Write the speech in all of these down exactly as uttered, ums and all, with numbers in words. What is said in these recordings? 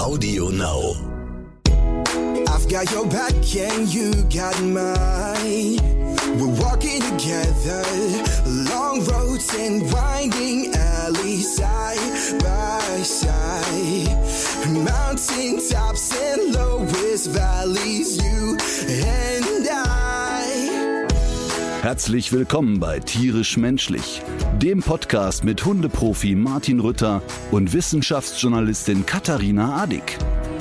Audio Now. I've got your back and you got mine. We're walking together, long roads and winding alleys, side by side. Mountain tops and lowest valleys, you and I. Herzlich willkommen bei Tierisch Menschlich, dem Podcast mit Hundeprofi Martin Rütter und Wissenschaftsjournalistin Katharina Adick.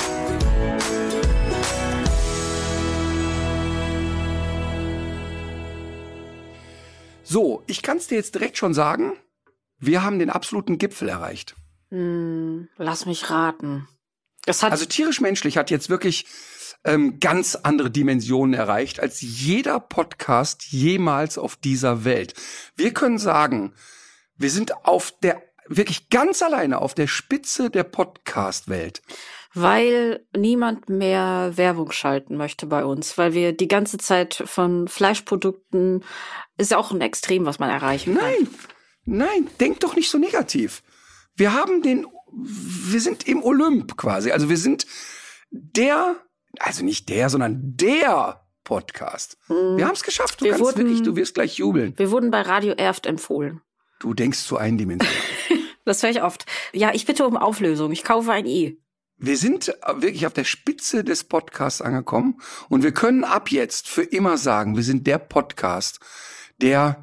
So, ich kann es dir jetzt direkt schon sagen, wir haben den absoluten Gipfel erreicht. Hm, lass mich raten. Das hat Also Tierisch Menschlich hat jetzt wirklich ähm, ganz andere Dimensionen erreicht als jeder Podcast jemals auf dieser Welt. Wir können sagen, wir sind auf der wirklich ganz alleine auf der Spitze der Podcast-Welt. Weil niemand mehr Werbung schalten möchte bei uns, weil wir die ganze Zeit von Fleischprodukten, ist ja auch ein Extrem, was man erreichen kann. Nein, nein, denk doch nicht so negativ. Wir haben den, wir sind im Olymp quasi. Also wir sind der, also nicht der, sondern der Podcast. Hm. Wir haben es geschafft. Du wir kannst wurden, wirklich, du wirst gleich jubeln. Wir wurden bei Radio Erft empfohlen. Du denkst zu eindimensional. Das höre ich oft. Ja, ich bitte um Auflösung. Ich kaufe ein I. Wir sind wirklich auf der Spitze des Podcasts angekommen und wir können ab jetzt für immer sagen, wir sind der Podcast, der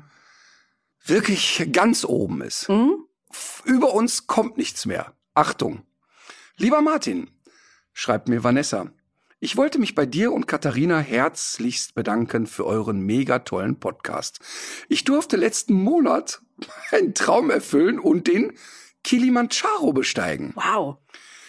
wirklich ganz oben ist. Mhm. Über uns kommt nichts mehr. Achtung. Lieber Martin, schreibt mir Vanessa, ich wollte mich bei dir und Katharina herzlichst bedanken für euren mega tollen Podcast. Ich durfte letzten Monat einen Traum erfüllen und den Kilimanjaro besteigen. Wow.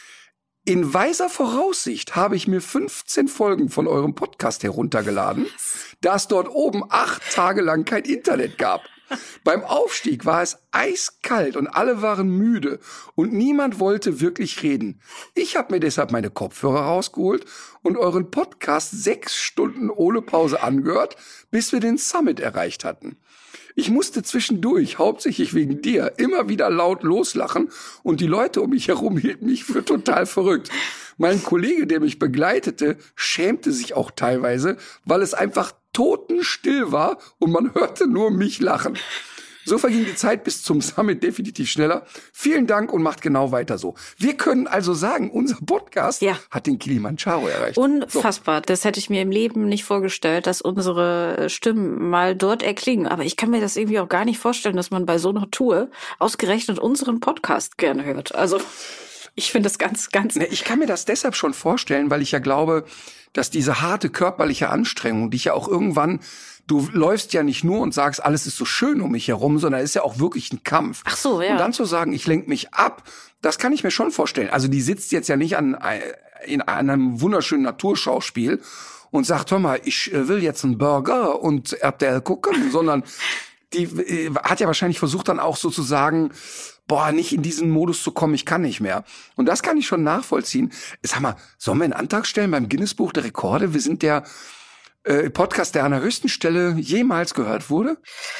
In weiser Voraussicht habe ich mir fünfzehn Folgen von eurem Podcast heruntergeladen, da es dort oben acht Tage lang kein Internet gab. Beim Aufstieg war es eiskalt und alle waren müde und niemand wollte wirklich reden. Ich habe mir deshalb meine Kopfhörer rausgeholt und euren Podcast sechs Stunden ohne Pause angehört, bis wir den Summit erreicht hatten. Ich musste zwischendurch, hauptsächlich wegen dir, immer wieder laut loslachen und die Leute um mich herum hielten mich für total verrückt. Mein Kollege, der mich begleitete, schämte sich auch teilweise, weil es einfach totenstill war und man hörte nur mich lachen. So verging die Zeit bis zum Summit definitiv schneller. Vielen Dank und macht genau weiter so. Wir können also sagen, unser Podcast ja. hat den Kilimanjaro erreicht. Unfassbar. So. Das hätte ich mir im Leben nicht vorgestellt, dass unsere Stimmen mal dort erklingen. Aber ich kann mir das irgendwie auch gar nicht vorstellen, dass man bei so einer Tour ausgerechnet unseren Podcast gerne hört. Also ich finde das ganz, ganz... Ich kann mir das deshalb schon vorstellen, weil ich ja glaube, dass diese harte körperliche Anstrengung, die ich ja auch irgendwann... Du läufst ja nicht nur und sagst, alles ist so schön um mich herum, sondern es ist ja auch wirklich ein Kampf. Ach so, ja. Und dann zu sagen, ich lenke mich ab, das kann ich mir schon vorstellen. Also die sitzt jetzt ja nicht an, in einem wunderschönen Naturschauspiel und sagt, hör mal, ich will jetzt einen Burger und R T L gucken, sondern die hat ja wahrscheinlich versucht dann auch sozusagen, boah, nicht in diesen Modus zu kommen, ich kann nicht mehr. Und das kann ich schon nachvollziehen. Sag mal, sollen wir einen Antrag stellen beim Guinness-Buch der Rekorde? Wir sind der Podcast, der an der höchsten Stelle jemals gehört wurde?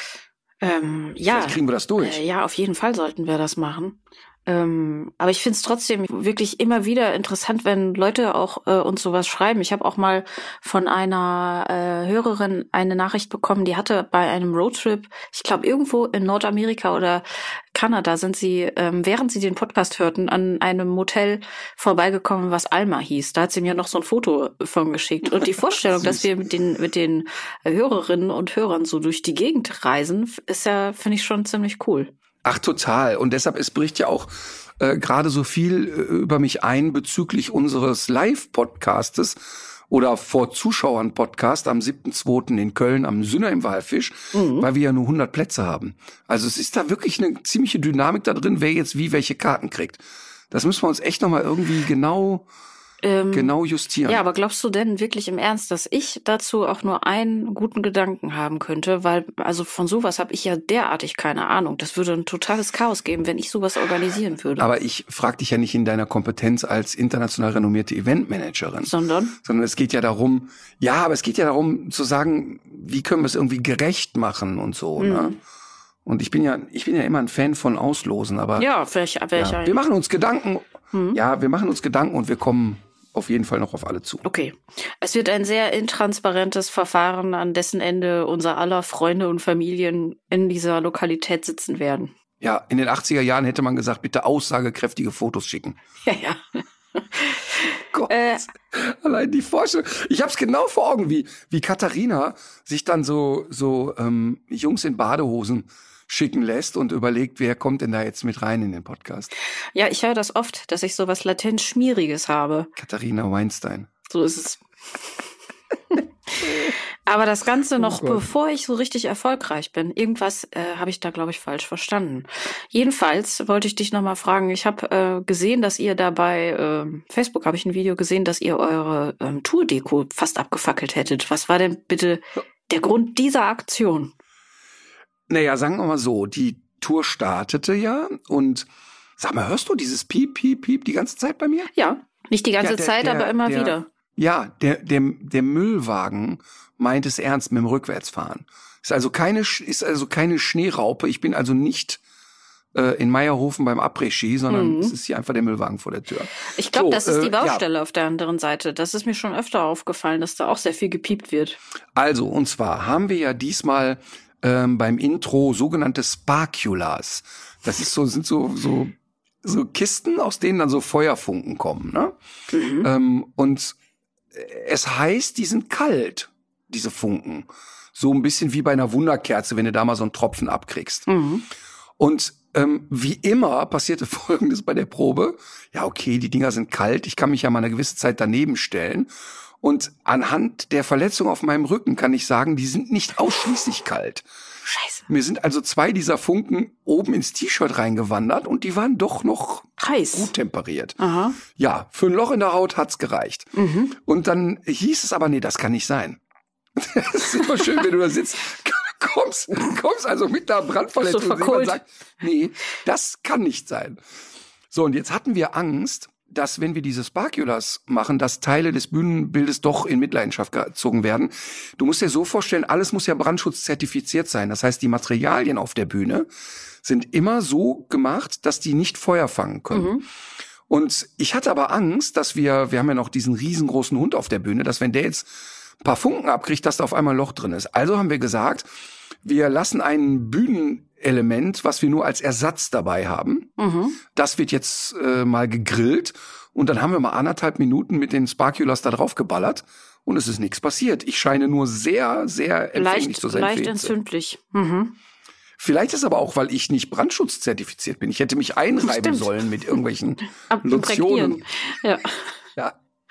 Ähm, ja. Vielleicht kriegen wir das durch. Äh, ja, auf jeden Fall sollten wir das machen. Ähm, aber ich finde es trotzdem wirklich immer wieder interessant, wenn Leute auch äh, uns sowas schreiben. Ich habe auch mal von einer äh, Hörerin eine Nachricht bekommen, die hatte bei einem Roadtrip, ich glaube irgendwo in Nordamerika oder Kanada, sind sie, ähm, während sie den Podcast hörten, an einem Motel vorbeigekommen, was Alma hieß. Da hat sie mir noch so ein Foto von geschickt. Und die Vorstellung, dass wir mit den mit den Hörerinnen und Hörern so durch die Gegend reisen, ist ja, finde ich, schon ziemlich cool. Ach, total. Und deshalb, es bricht ja auch äh, gerade so viel äh, über mich ein bezüglich unseres Live-Podcastes oder vor Zuschauern-Podcast am siebten zweiten in Köln am Sünner im Walfisch, mhm. weil wir ja nur hundert Plätze haben. Also es ist da wirklich eine ziemliche Dynamik da drin, wer jetzt wie welche Karten kriegt. Das müssen wir uns echt nochmal irgendwie genau... Ähm, genau justieren. Ja, aber glaubst du denn wirklich im Ernst, dass ich dazu auch nur einen guten Gedanken haben könnte? Weil, also von sowas habe ich ja derartig keine Ahnung. Das würde ein totales Chaos geben, wenn ich sowas organisieren würde. Aber ich frage dich ja nicht in deiner Kompetenz als international renommierte Eventmanagerin. Sondern? Sondern es geht ja darum, ja, aber es geht ja darum zu sagen, wie können wir es irgendwie gerecht machen und so, mhm. ne? Und ich bin ja, ich bin ja immer ein Fan von Auslosen, aber ja, vielleicht, vielleicht ja, wir machen uns Gedanken Hm. Ja, wir machen uns Gedanken und wir kommen auf jeden Fall noch auf alle zu. Okay. Es wird ein sehr intransparentes Verfahren, an dessen Ende unser aller Freunde und Familien in dieser Lokalität sitzen werden. Ja, in den achtziger Jahren hätte man gesagt, bitte aussagekräftige Fotos schicken. Ja, ja. Gott, Äh. allein die Vorstellung. Ich hab's genau vor Augen, wie, wie Katharina sich dann so, so ähm, Jungs in Badehosen schicken lässt und überlegt, wer kommt denn da jetzt mit rein in den Podcast. Ja, ich höre das oft, dass ich so was latent Schmieriges habe. Katharina Weinstein. So ist es. Aber das Ganze noch, Oh Gott. bevor ich so richtig erfolgreich bin. Irgendwas äh, habe ich da, glaube ich, falsch verstanden. Jedenfalls wollte ich dich noch mal fragen. Ich habe äh, gesehen, dass ihr da bei äh, Facebook, habe ich ein Video gesehen, dass ihr eure ähm, Tour-Deko fast abgefackelt hättet. Was war denn bitte der Grund dieser Aktion? Naja, sagen wir mal so, die Tour startete ja und sag mal, hörst du dieses Piep, Piep, Piep die ganze Zeit bei mir? Ja, nicht die ganze Ja, der- Zeit, der- aber immer der- wieder. Ja, der, der, der Müllwagen meint es ernst mit dem Rückwärtsfahren. Ist also keine, Sch- ist also keine Schneeraupe. Ich bin also nicht äh, in Meierhofen beim Après-Ski, sondern Mhm. es ist hier einfach der Müllwagen vor der Tür. Ich glaube, So, das ist die äh, ja. Baustelle auf der anderen Seite. Das ist mir schon öfter aufgefallen, dass da auch sehr viel gepiept wird. Also, und zwar haben wir ja diesmal ähm, beim Intro sogenannte Sparkulas. Das ist so, sind so, so, so Kisten, aus denen dann so Feuerfunken kommen, ne? Mhm. Ähm, und es heißt, die sind kalt, diese Funken. So ein bisschen wie bei einer Wunderkerze, wenn du da mal so einen Tropfen abkriegst. Mhm. Und ähm, wie immer passierte Folgendes bei der Probe. Ja, okay, die Dinger sind kalt. Ich kann mich ja mal eine gewisse Zeit daneben stellen. Und anhand der Verletzung auf meinem Rücken kann ich sagen, die sind nicht ausschließlich kalt. Scheiße. Mir sind also zwei dieser Funken oben ins T-Shirt reingewandert und die waren doch noch Heiß. gut temperiert. Aha. Ja, für ein Loch in der Haut hat's gereicht. Mhm. Und dann hieß es aber, nee, das kann nicht sein. Das ist immer schön, wenn du da sitzt, kommst, kommst also mit einer Brandverletzung So und jemand verkohlt. sagt, nee, das kann nicht sein. So, und jetzt hatten wir Angst, dass wenn wir diese Sparkulas machen, dass Teile des Bühnenbildes doch in Mitleidenschaft gezogen werden. Du musst dir so vorstellen, alles muss ja brandschutzzertifiziert sein. Das heißt, die Materialien auf der Bühne sind immer so gemacht, dass die nicht Feuer fangen können. Mhm. Und ich hatte aber Angst, dass wir, wir haben ja noch diesen riesengroßen Hund auf der Bühne, dass wenn der jetzt ein paar Funken abkriegt, dass da auf einmal ein Loch drin ist. Also haben wir gesagt, wir lassen ein Bühnenelement, was wir nur als Ersatz dabei haben. Mhm. Das wird jetzt äh, mal gegrillt und dann haben wir mal anderthalb Minuten mit den Sparkulas da drauf geballert und es ist nichts passiert. Ich scheine nur sehr, sehr empfänglich Leicht, zu sein. leicht für Hitze. entzündlich. Mhm. ist aber auch, weil ich nicht brandschutzzertifiziert bin. Ich hätte mich einreiben Stimmt. sollen mit irgendwelchen Ab- Lotionen. imprägnieren. Ja. Ja.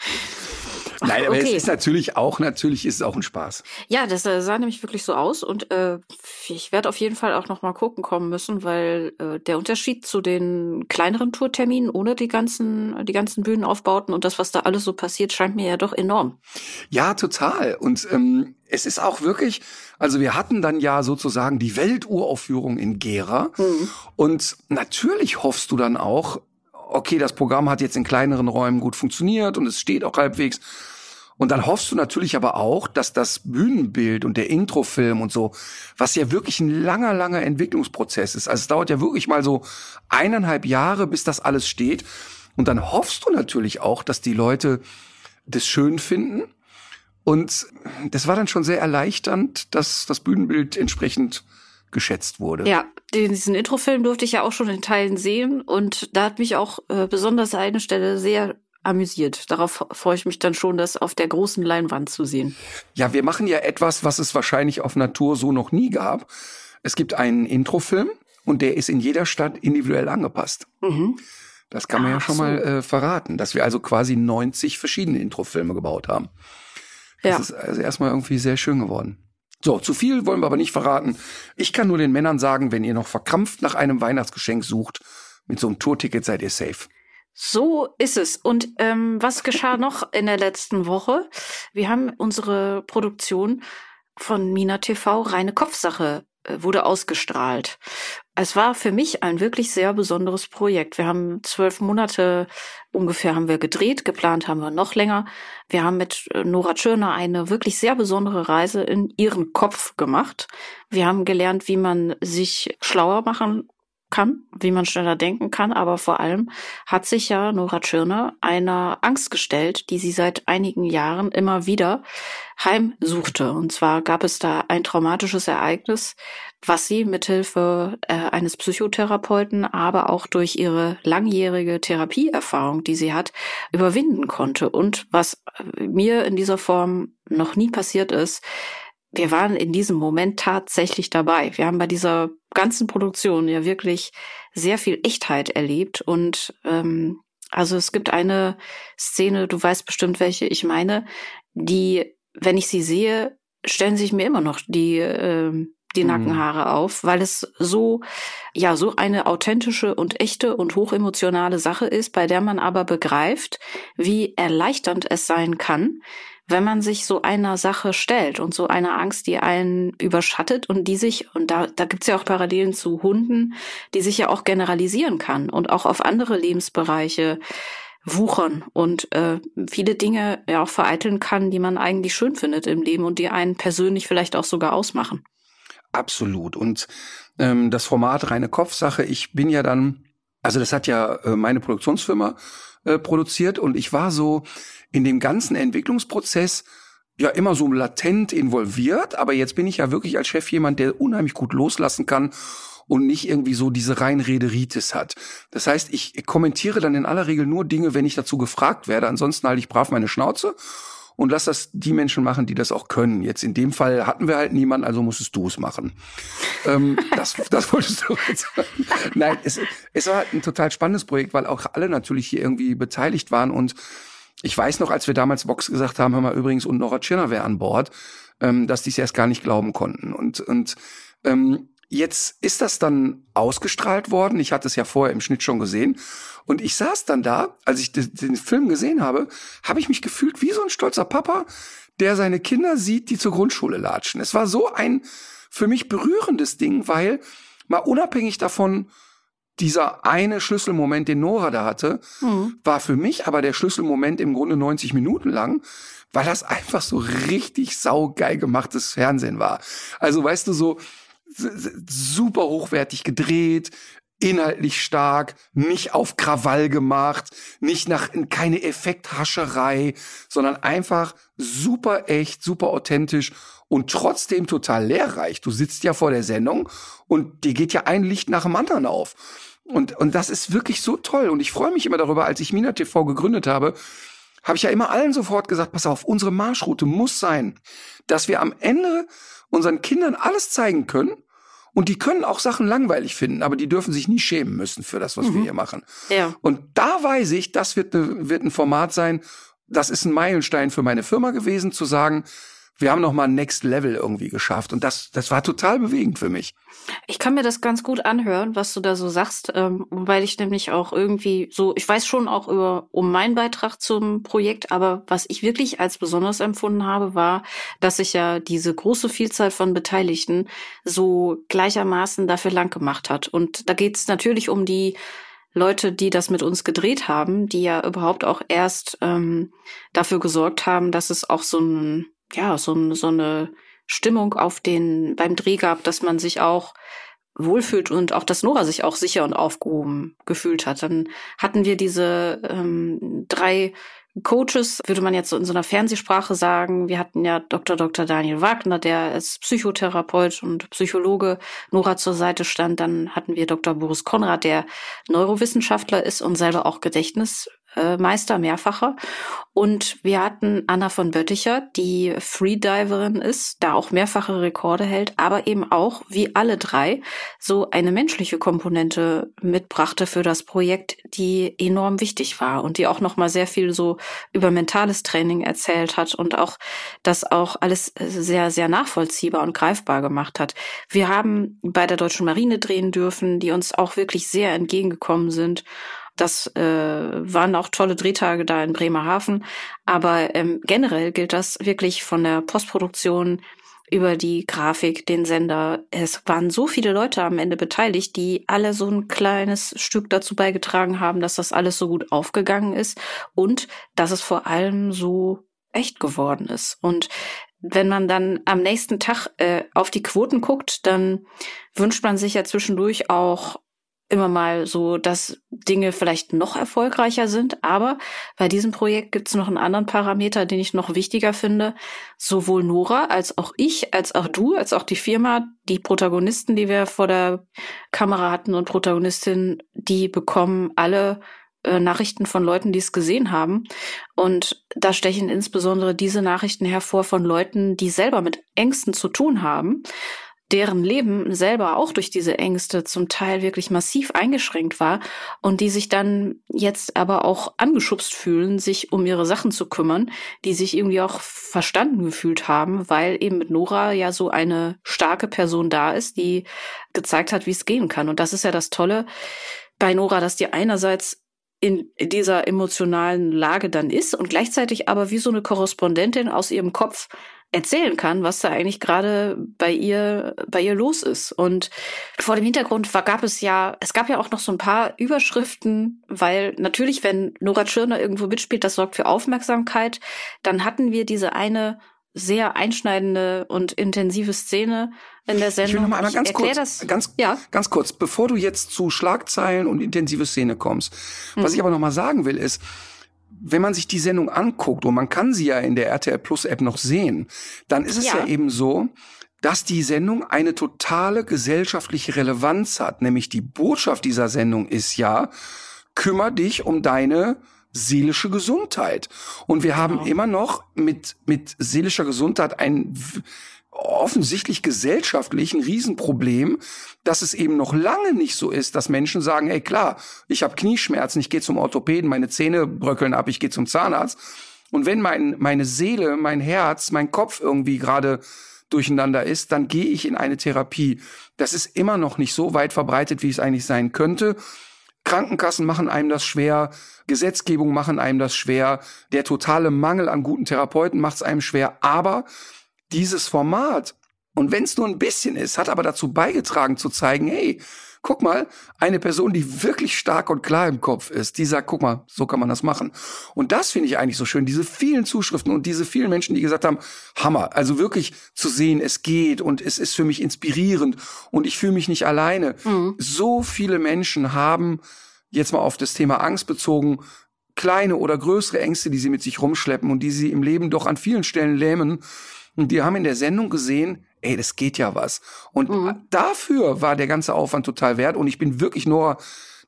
Nein, aber okay. es ist natürlich auch, natürlich ist es auch ein Spaß. Ja, das äh, sah nämlich wirklich so aus und äh, ich werde auf jeden Fall auch noch mal gucken kommen müssen, weil äh, der Unterschied zu den kleineren Tourterminen ohne die ganzen die ganzen Bühnenaufbauten und das, was da alles so passiert, scheint mir ja doch enorm. Ja, total. Und ähm, es ist auch wirklich, also wir hatten dann ja sozusagen die Welturaufführung in Gera. Mhm. Und natürlich hoffst du dann auch, okay, das Programm hat jetzt in kleineren Räumen gut funktioniert und es steht auch halbwegs. Und dann hoffst du natürlich aber auch, dass das Bühnenbild und der Introfilm und so, was ja wirklich ein langer, langer Entwicklungsprozess ist. Also es dauert ja wirklich mal so eineinhalb Jahre, bis das alles steht. Und dann hoffst du natürlich auch, dass die Leute das schön finden. Und das war dann schon sehr erleichternd, dass das Bühnenbild entsprechend geschätzt wurde. Ja, den, diesen Introfilm durfte ich ja auch schon in Teilen sehen und da hat mich auch äh, besonders eine Stelle sehr amüsiert. Darauf freue ich mich dann schon, das auf der großen Leinwand zu sehen. Ja, wir machen ja etwas, was es wahrscheinlich auf Natur so noch nie gab. Es gibt einen Introfilm und der ist in jeder Stadt individuell angepasst. Mhm. Das kann man ja Ach schon so. mal äh, verraten, dass wir also quasi neunzig verschiedene Introfilme gebaut haben. Das Ja. ist also erstmal irgendwie sehr schön geworden. So, zu viel wollen wir aber nicht verraten. Ich kann nur den Männern sagen, wenn ihr noch verkrampft nach einem Weihnachtsgeschenk sucht, mit so einem Tourticket seid ihr safe. So ist es. Und ähm, was geschah noch in der letzten Woche? Wir haben unsere Produktion von Mina T V Reine Kopfsache äh, wurde ausgestrahlt. Es war für mich ein wirklich sehr besonderes Projekt. Wir haben zwölf Monate ungefähr haben wir gedreht, geplant haben wir noch länger. Wir haben mit äh, Nora Tschirner eine wirklich sehr besondere Reise in ihren Kopf gemacht. Wir haben gelernt, wie man sich schlauer machen kann, wie man schneller denken kann, aber vor allem hat sich ja Nora Tschirner einer Angst gestellt, die sie seit einigen Jahren immer wieder heimsuchte. Und zwar gab es da ein traumatisches Ereignis, was sie mithilfe äh, eines Psychotherapeuten, aber auch durch ihre langjährige Therapieerfahrung, die sie hat, überwinden konnte. Und was mir in dieser Form noch nie passiert ist, wir waren in diesem Moment tatsächlich dabei. Wir haben bei dieser ganzen Produktion ja wirklich sehr viel Echtheit erlebt. Und ähm, also es gibt eine Szene, du weißt bestimmt, welche ich meine, die, wenn ich sie sehe, stellen sich mir immer noch die äh, die Nackenhaare auf, weil es so, ja, so eine authentische und echte und hochemotionale Sache ist, bei der man aber begreift, wie erleichternd es sein kann, wenn man sich so einer Sache stellt und so einer Angst, die einen überschattet und die sich, und da, da gibt's ja auch Parallelen zu Hunden, die sich ja auch generalisieren kann und auch auf andere Lebensbereiche wuchern und äh, viele Dinge ja auch vereiteln kann, die man eigentlich schön findet im Leben und die einen persönlich vielleicht auch sogar ausmachen. Absolut. Und ähm, das Format reine Kopfsache, ich bin ja dann, also das hat ja äh, meine Produktionsfirma äh, produziert und ich war so in dem ganzen Entwicklungsprozess ja immer so latent involviert, aber jetzt bin ich ja wirklich als Chef jemand, der unheimlich gut loslassen kann und nicht irgendwie so diese Reinrederitis hat. Das heißt, ich kommentiere dann in aller Regel nur Dinge, wenn ich dazu gefragt werde. Ansonsten halte ich brav meine Schnauze und lass das die Menschen machen, die das auch können. Jetzt in dem Fall hatten wir halt niemanden, also musstest du es machen. ähm, das, das wolltest du jetzt sagen. Nein, es, es war halt ein total spannendes Projekt, weil auch alle natürlich hier irgendwie beteiligt waren. Und ich weiß noch, als wir damals Vox gesagt haben, hör mal übrigens, und Nora Tschirner wäre an Bord, ähm, dass die es erst gar nicht glauben konnten. Und, und ähm, jetzt ist das dann ausgestrahlt worden. Ich hatte es ja vorher im Schnitt schon gesehen. Und ich saß dann da, als ich den, den Film gesehen habe, habe ich mich gefühlt wie so ein stolzer Papa, der seine Kinder sieht, die zur Grundschule latschen. Es war so ein für mich berührendes Ding, weil mal unabhängig davon, dieser eine Schlüsselmoment, den Nora da hatte, mhm. war für mich aber der Schlüsselmoment im Grunde neunzig Minuten lang, weil das einfach so richtig saugeil gemachtes Fernsehen war. Also weißt du, so super hochwertig gedreht, inhaltlich stark, nicht auf Krawall gemacht, nicht nach keine Effekthascherei, sondern einfach super echt, super authentisch und trotzdem total lehrreich. Du sitzt ja vor der Sendung und dir geht ja ein Licht nach dem anderen auf. Und und das ist wirklich so toll und ich freue mich immer darüber, als ich Mina T V gegründet habe, habe ich ja immer allen sofort gesagt, pass auf, unsere Marschroute muss sein, dass wir am Ende unseren Kindern alles zeigen können. Und die können auch Sachen langweilig finden, aber die dürfen sich nie schämen müssen für das, was mhm. wir hier machen. Ja. Und da weiß ich, das wird, ne, wird ein Format sein, das ist ein Meilenstein für meine Firma gewesen, zu sagen, wir haben noch mal ein Next Level irgendwie geschafft. Und das, das war total bewegend für mich. Ich kann mir das ganz gut anhören, was du da so sagst, ähm, weil ich nämlich auch irgendwie so, ich weiß schon auch über um meinen Beitrag zum Projekt, aber was ich wirklich als besonders empfunden habe, war, dass sich ja diese große Vielzahl von Beteiligten so gleichermaßen dafür lang gemacht hat. Und da geht es natürlich um die Leute, die das mit uns gedreht haben, die ja überhaupt auch erst ähm, dafür gesorgt haben, dass es auch so ein ja, so, so eine Stimmung auf den, beim Dreh gab, dass man sich auch wohlfühlt und auch, dass Nora sich auch sicher und aufgehoben gefühlt hat. Dann hatten wir diese ähm, drei Coaches, würde man jetzt so in so einer Fernsehsprache sagen. Wir hatten ja Doktor Doktor Daniel Wagner, der als Psychotherapeut und Psychologe Nora zur Seite stand. Dann hatten wir Doktor Boris Konrad, der Neurowissenschaftler ist und selber auch Gedächtnismeister, mehrfacher. Und wir hatten Anna von Bötticher, die Freediverin ist, da auch mehrfache Rekorde hält, aber eben auch, wie alle drei, so eine menschliche Komponente mitbrachte für das Projekt, die enorm wichtig war und die auch nochmal sehr viel so über mentales Training erzählt hat und auch das auch alles sehr, sehr nachvollziehbar und greifbar gemacht hat. Wir haben bei der Deutschen Marine drehen dürfen, die uns auch wirklich sehr entgegengekommen sind. Das äh, waren auch tolle Drehtage da in Bremerhaven. Aber ähm, generell gilt das wirklich von der Postproduktion über die Grafik, den Sender. Es waren so viele Leute am Ende beteiligt, die alle so ein kleines Stück dazu beigetragen haben, dass das alles so gut aufgegangen ist und dass es vor allem so echt geworden ist. Und wenn man dann am nächsten Tag äh, auf die Quoten guckt, dann wünscht man sich ja zwischendurch auch immer mal so, dass Dinge vielleicht noch erfolgreicher sind. Aber bei diesem Projekt gibt es noch einen anderen Parameter, den ich noch wichtiger finde. Sowohl Nora als auch ich, als auch du, als auch die Firma, die Protagonisten, die wir vor der Kamera hatten und Protagonistinnen, die bekommen alle äh, Nachrichten von Leuten, die es gesehen haben. Und da stechen insbesondere diese Nachrichten hervor von Leuten, die selber mit Ängsten zu tun haben, deren Leben selber auch durch diese Ängste zum Teil wirklich massiv eingeschränkt war und die sich dann jetzt aber auch angeschubst fühlen, sich um ihre Sachen zu kümmern, die sich irgendwie auch verstanden gefühlt haben, weil eben mit Nora ja so eine starke Person da ist, die gezeigt hat, wie es gehen kann. Und das ist ja das Tolle bei Nora, dass die einerseits in dieser emotionalen Lage dann ist und gleichzeitig aber wie so eine Korrespondentin aus ihrem Kopf erzählen kann, was da eigentlich gerade bei ihr bei ihr los ist. Und vor dem Hintergrund war, gab es ja, es gab ja auch noch so ein paar Überschriften, weil natürlich, wenn Nora Tschirner irgendwo mitspielt, das sorgt für Aufmerksamkeit. Dann hatten wir diese eine sehr einschneidende und intensive Szene in der Sendung. Ich will noch mal einmal ganz kurz, das, ganz, ja. ganz kurz, bevor du jetzt zu Schlagzeilen und intensive Szene kommst. Mhm. Was ich aber noch mal sagen will, ist, wenn man sich die Sendung anguckt, und man kann sie ja in der R T L Plus App noch sehen, dann ist es ja, ja eben so, dass die Sendung eine totale gesellschaftliche Relevanz hat. Nämlich die Botschaft dieser Sendung ist ja, kümmere dich um deine seelische Gesundheit. Und wir haben genau. immer noch mit, mit seelischer Gesundheit ein offensichtlich gesellschaftlich ein Riesenproblem, dass es eben noch lange nicht so ist, dass Menschen sagen, hey klar, ich habe Knieschmerzen, ich gehe zum Orthopäden, meine Zähne bröckeln ab, ich gehe zum Zahnarzt. Und wenn mein, meine Seele, mein Herz, mein Kopf irgendwie gerade durcheinander ist, dann gehe ich in eine Therapie. Das ist immer noch nicht so weit verbreitet, wie es eigentlich sein könnte. Krankenkassen machen einem das schwer, Gesetzgebung machen einem das schwer, der totale Mangel an guten Therapeuten macht es einem schwer, aber dieses Format, und wenn es nur ein bisschen ist, hat aber dazu beigetragen zu zeigen, hey, guck mal, eine Person, die wirklich stark und klar im Kopf ist, die sagt, guck mal, so kann man das machen. Und das finde ich eigentlich so schön, diese vielen Zuschriften und diese vielen Menschen, die gesagt haben, Hammer, also wirklich zu sehen, es geht und es ist für mich inspirierend und ich fühle mich nicht alleine. Mhm. So viele Menschen haben, jetzt mal auf das Thema Angst bezogen, kleine oder größere Ängste, die sie mit sich rumschleppen und die sie im Leben doch an vielen Stellen lähmen. Und die haben in der Sendung gesehen, ey, das geht ja was. Und mhm. dafür war der ganze Aufwand total wert. Und ich bin wirklich Nora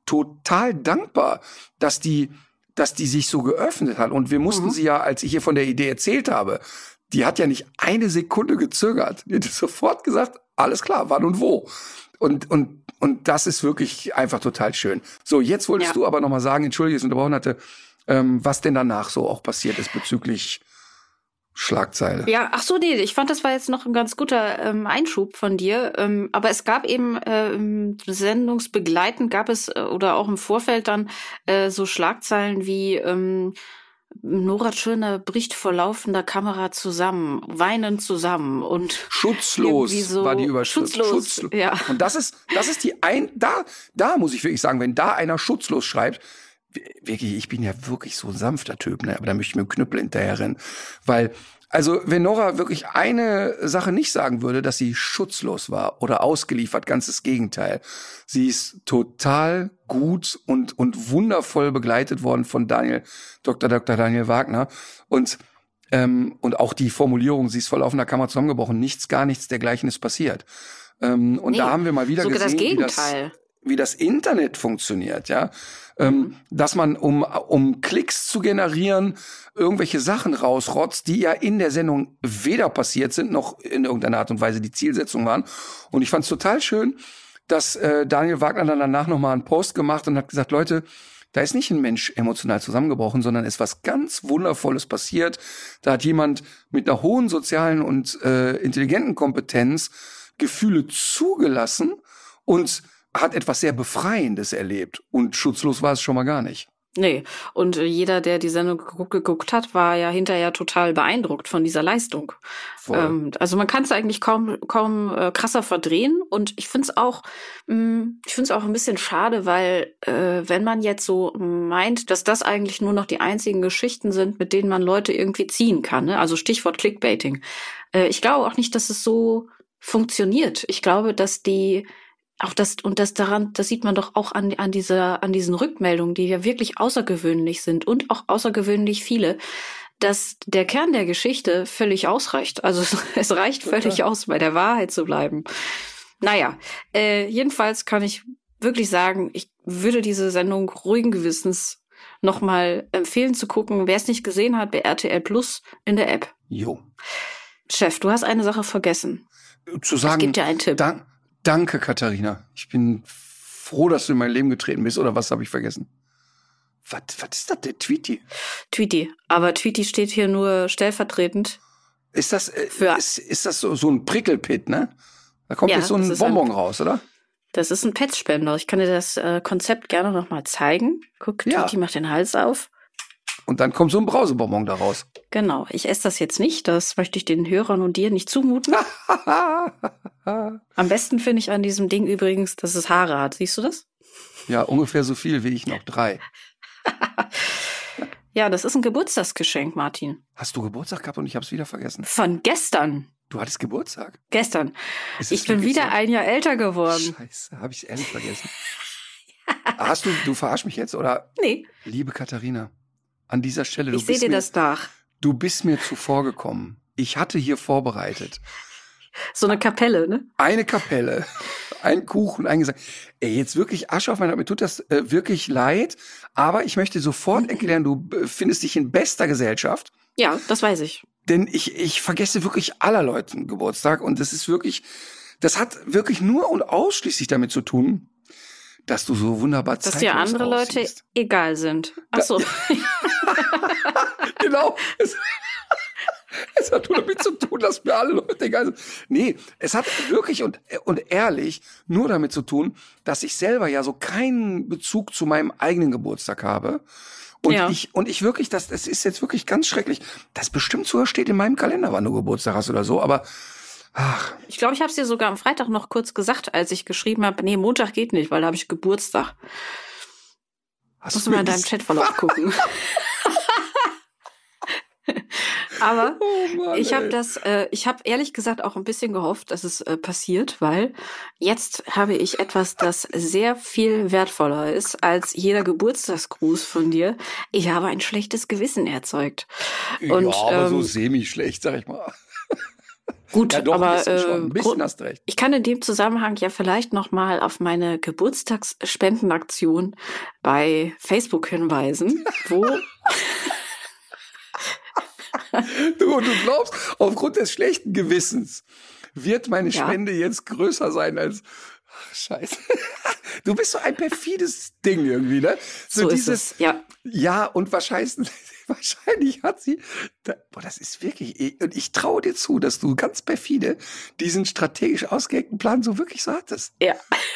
total dankbar, dass die, dass die sich so geöffnet hat. Und wir mussten mhm. sie ja, als ich ihr von der Idee erzählt habe, die hat ja nicht eine Sekunde gezögert. Die hat sofort gesagt, alles klar, wann und wo. Und, und, und das ist wirklich einfach total schön. So, jetzt wolltest ja. du aber noch mal sagen, entschuldige, dass ich unterbrochen hatte, ähm, was denn danach so auch passiert ist bezüglich Schlagzeile. Ja, ach so, nee, ich fand, das war jetzt noch ein ganz guter ähm, Einschub von dir. Ähm, aber es gab eben ähm, sendungsbegleitend gab es äh, oder auch im Vorfeld dann äh, so Schlagzeilen wie ähm, Nora Tschirner bricht vor laufender Kamera zusammen, weinend zusammen und schutzlos so war die Überschrift. Schutzlos, schutzlos. Ja. Und das ist, das ist die ein, da, da muss ich wirklich sagen, wenn da einer schutzlos schreibt, wirklich, ich bin ja wirklich so ein sanfter Typ, ne? Aber da möchte ich mit dem Knüppel hinterher rennen. Weil, also, wenn Nora wirklich eine Sache nicht sagen würde, dass sie schutzlos war oder ausgeliefert, ganz das Gegenteil. Sie ist total gut und, und wundervoll begleitet worden von Daniel, Doktor Doktor Daniel Wagner. Und, ähm, und auch die Formulierung, sie ist vor laufender Kamera zusammengebrochen. Nichts, gar nichts dergleichen ist passiert. Ähm, und nee, da haben wir mal wieder sogar gesehen, das Gegenteil. wie das, wie das Internet funktioniert, ja. Ähm, dass man, um, um Klicks zu generieren, irgendwelche Sachen rausrotzt, die ja in der Sendung weder passiert sind, noch in irgendeiner Art und Weise die Zielsetzung waren. Und ich fand es total schön, dass äh, Daniel Wagner dann danach nochmal einen Post gemacht und hat gesagt, Leute, da ist nicht ein Mensch emotional zusammengebrochen, sondern ist was ganz Wundervolles passiert. Da hat jemand mit einer hohen sozialen und äh, intelligenten Kompetenz Gefühle zugelassen und hat etwas sehr Befreiendes erlebt. Und schutzlos war es schon mal gar nicht. Nee, und jeder, der die Sendung geguckt hat, war ja hinterher total beeindruckt von dieser Leistung. Ähm, also man kann es eigentlich kaum kaum äh, krasser verdrehen. Und ich finde es auch, mh, ich finde es auch ein bisschen schade, weil äh, wenn man jetzt so meint, dass das eigentlich nur noch die einzigen Geschichten sind, mit denen man Leute irgendwie ziehen kann, ne? Also Stichwort Clickbaiting. Äh, ich glaube auch nicht, dass es so funktioniert. Ich glaube, dass die auch das, und das daran, das sieht man doch auch an, an dieser, an diesen Rückmeldungen, die ja wirklich außergewöhnlich sind und auch außergewöhnlich viele, dass der Kern der Geschichte völlig ausreicht. Also es reicht völlig aus, bei der Wahrheit zu bleiben. Naja, äh, jedenfalls kann ich wirklich sagen, ich würde diese Sendung ruhigen Gewissens nochmal empfehlen zu gucken. Wer es nicht gesehen hat, bei R T L Plus in der App. Jo. Chef, du hast eine Sache vergessen. Zu sagen, es gibt ja einen Tipp. Da, danke, Katharina. Ich bin froh, dass du in mein Leben getreten bist. Oder was habe ich vergessen? Was, was ist das, der Tweety? Tweety. Aber Tweety steht hier nur stellvertretend. Ist das, äh, für ist, ist das so, so ein Prickelpit, ne? Da kommt ja, jetzt so ein Bonbon ein, raus, oder? Das ist ein Petspender. Ich kann dir das äh, Konzept gerne noch mal zeigen. Guck, ja. Tweety macht den Hals auf. Und dann kommt so ein Brausebonbon da raus. Genau. Ich esse das jetzt nicht. Das möchte ich den Hörern und dir nicht zumuten. Am besten finde ich an diesem Ding übrigens, dass es Haare hat. Siehst du das? Ja, ungefähr so viel wie ich noch. Drei. Ja, das ist ein Geburtstagsgeschenk, Martin. Hast du Geburtstag gehabt und ich habe es wieder vergessen? Von gestern. Du hattest Geburtstag? Gestern. Ich bin wieder so? ein Jahr älter geworden. Scheiße, habe ich es ehrlich vergessen. Hast du, du verarsch mich jetzt, oder? Nee. Liebe Katharina, an dieser Stelle, ich du bist seh dir mir, das nach. Du bist mir zuvor gekommen. Ich hatte hier vorbereitet. So eine Kapelle, ne? Eine Kapelle, ein Kuchen, ein Gesang. Ey, jetzt wirklich Asche auf mein Haupt. Mir tut das äh, wirklich leid, aber ich möchte sofort erklären, du befindest dich in bester Gesellschaft. Ja, das weiß ich. Denn ich, ich vergesse wirklich aller Leuten Geburtstag und das ist wirklich, das hat wirklich nur und ausschließlich damit zu tun, dass du so wunderbar zeitlos dass dir andere aussiehst. Leute egal sind. Ach so. Genau. Es, es hat nur damit zu tun, dass mir alle Leute egal sind. Nee, es hat wirklich und, und ehrlich nur damit zu tun, dass ich selber ja so keinen Bezug zu meinem eigenen Geburtstag habe. Und ja. ich, und ich wirklich, das, das ist jetzt wirklich ganz schrecklich. Das bestimmt sogar steht in meinem Kalender, wann du Geburtstag hast oder so, aber, ach. Ich glaube, ich habe es dir sogar am Freitag noch kurz gesagt, als ich geschrieben habe, nee, Montag geht nicht, weil da habe ich Geburtstag. Hast Musst du mal in deinem Chatverlauf gucken. Aber oh Mann, ich habe das, äh, ich habe ehrlich gesagt auch ein bisschen gehofft, dass es äh, passiert, weil jetzt habe ich etwas, das sehr viel wertvoller ist als jeder Geburtstagsgruß von dir. Ich habe ein schlechtes Gewissen erzeugt. Und, ja, aber ähm, so semi-schlecht, sag ich mal. Gut, ja, doch, aber ein bisschen, schon. Äh, ein bisschen hast recht. Ich kann in dem Zusammenhang ja vielleicht noch mal auf meine Geburtstagsspendenaktion bei Facebook hinweisen, wo Du, du glaubst, aufgrund des schlechten Gewissens wird meine ja. Spende jetzt größer sein als... Ach, Scheiße. Du bist so ein perfides Ding irgendwie, ne? So, so dieses, ist es, ja. Ja, und wahrscheinlich, wahrscheinlich hat sie... Da, boah, das ist wirklich... Und ich traue dir zu, dass du ganz perfide diesen strategisch ausgelegten Plan so wirklich so hattest. Ja.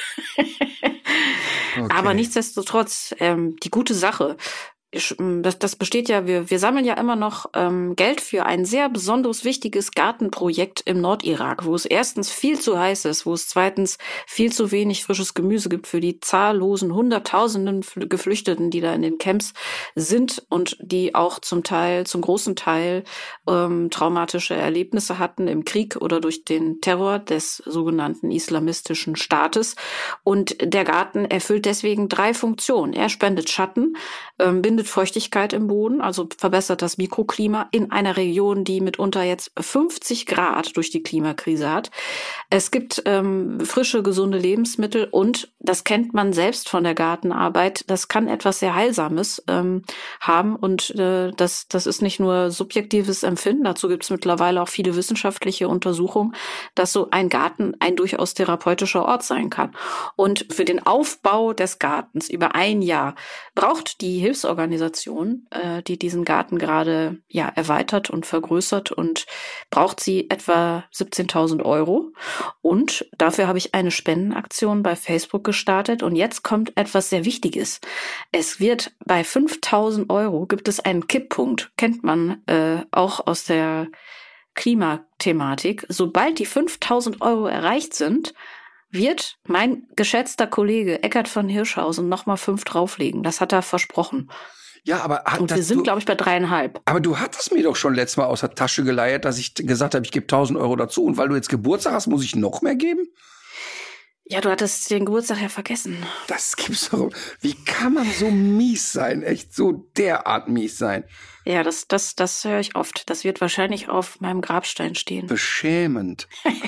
Okay. Aber nichtsdestotrotz, ähm, die gute Sache... Das, das besteht ja, wir, wir sammeln ja immer noch ähm, Geld für ein sehr besonders wichtiges Gartenprojekt im Nordirak, wo es erstens viel zu heiß ist, wo es zweitens viel zu wenig frisches Gemüse gibt für die zahllosen Hunderttausenden Geflüchteten, die da in den Camps sind und die auch zum Teil, zum großen Teil ähm, traumatische Erlebnisse hatten im Krieg oder durch den Terror des sogenannten islamistischen Staates. Und der Garten erfüllt deswegen drei Funktionen. Er spendet Schatten, ähm, bindet Feuchtigkeit im Boden, also verbessert das Mikroklima in einer Region, die mitunter jetzt fünfzig Grad durch die Klimakrise hat. Es gibt ähm, frische, gesunde Lebensmittel und, das kennt man selbst von der Gartenarbeit, das kann etwas sehr Heilsames ähm, haben und äh, das, das ist nicht nur subjektives Empfinden, dazu gibt es mittlerweile auch viele wissenschaftliche Untersuchungen, dass so ein Garten ein durchaus therapeutischer Ort sein kann. Und für den Aufbau des Gartens über ein Jahr braucht die Hilfsorganisation Organisation, äh, die diesen Garten gerade ja erweitert und vergrößert und braucht sie etwa siebzehntausend Euro. Und dafür habe ich eine Spendenaktion bei Facebook gestartet. Und jetzt kommt etwas sehr Wichtiges. Es wird bei fünftausend Euro gibt es einen Kipppunkt. Kennt man äh, auch aus der Klimathematik. Sobald die fünftausend Euro erreicht sind, wird mein geschätzter Kollege Eckart von Hirschhausen nochmal fünf drauflegen. Das hat er versprochen. Ja, aber hat und wir das, sind, du, glaube ich, bei dreieinhalb. Aber du hattest mir doch schon letztes Mal aus der Tasche geleiert, dass ich gesagt habe, ich gebe tausend Euro dazu. Und weil du jetzt Geburtstag hast, muss ich noch mehr geben? Ja, du hattest den Geburtstag ja vergessen. Das gibt's doch. Wie kann man so mies sein? Echt so derart mies sein? Ja, das, das, das höre ich oft. Das wird wahrscheinlich auf meinem Grabstein stehen. Beschämend.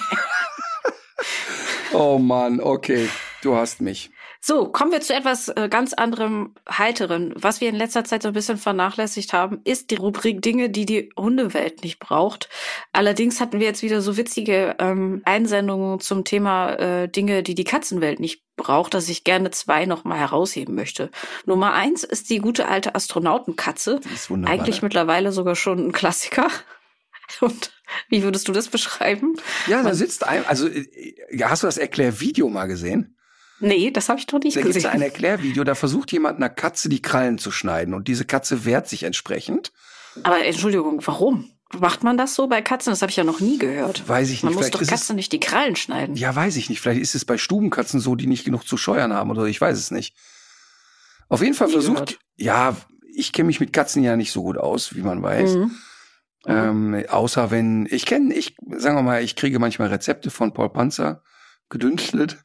Oh Mann, okay, du hast mich. So, kommen wir zu etwas äh, ganz anderem, Heiteren. Was wir in letzter Zeit so ein bisschen vernachlässigt haben, ist die Rubrik Dinge, die die Hundewelt nicht braucht. Allerdings hatten wir jetzt wieder so witzige ähm, Einsendungen zum Thema äh, Dinge, die die Katzenwelt nicht braucht, dass ich gerne zwei nochmal herausheben möchte. Nummer eins ist die gute alte Astronautenkatze. Die ist wunderbar. Eigentlich mittlerweile sogar schon ein Klassiker. Und wie würdest du das beschreiben? Ja, da sitzt ein, also hast du das Erklärvideo mal gesehen? Nee, das habe ich doch nicht da gesehen. Da gibt es ein Erklärvideo, da versucht jemand einer Katze die Krallen zu schneiden und diese Katze wehrt sich entsprechend. Aber Entschuldigung, warum? Macht man das so bei Katzen? Das habe ich ja noch nie gehört. Weiß ich nicht. Man muss vielleicht doch Katzen nicht die Krallen schneiden. Ja, weiß ich nicht. Vielleicht ist es bei Stubenkatzen so, die nicht genug zu scheuern haben oder ich weiß es nicht. Auf jeden Fall nie versucht, gehört. Ja, ich kenne mich mit Katzen ja nicht so gut aus, wie man weiß. Mhm. Ähm, außer wenn, ich kenne, ich, sagen wir mal, ich kriege manchmal Rezepte von Paul Panzer, gedünstet.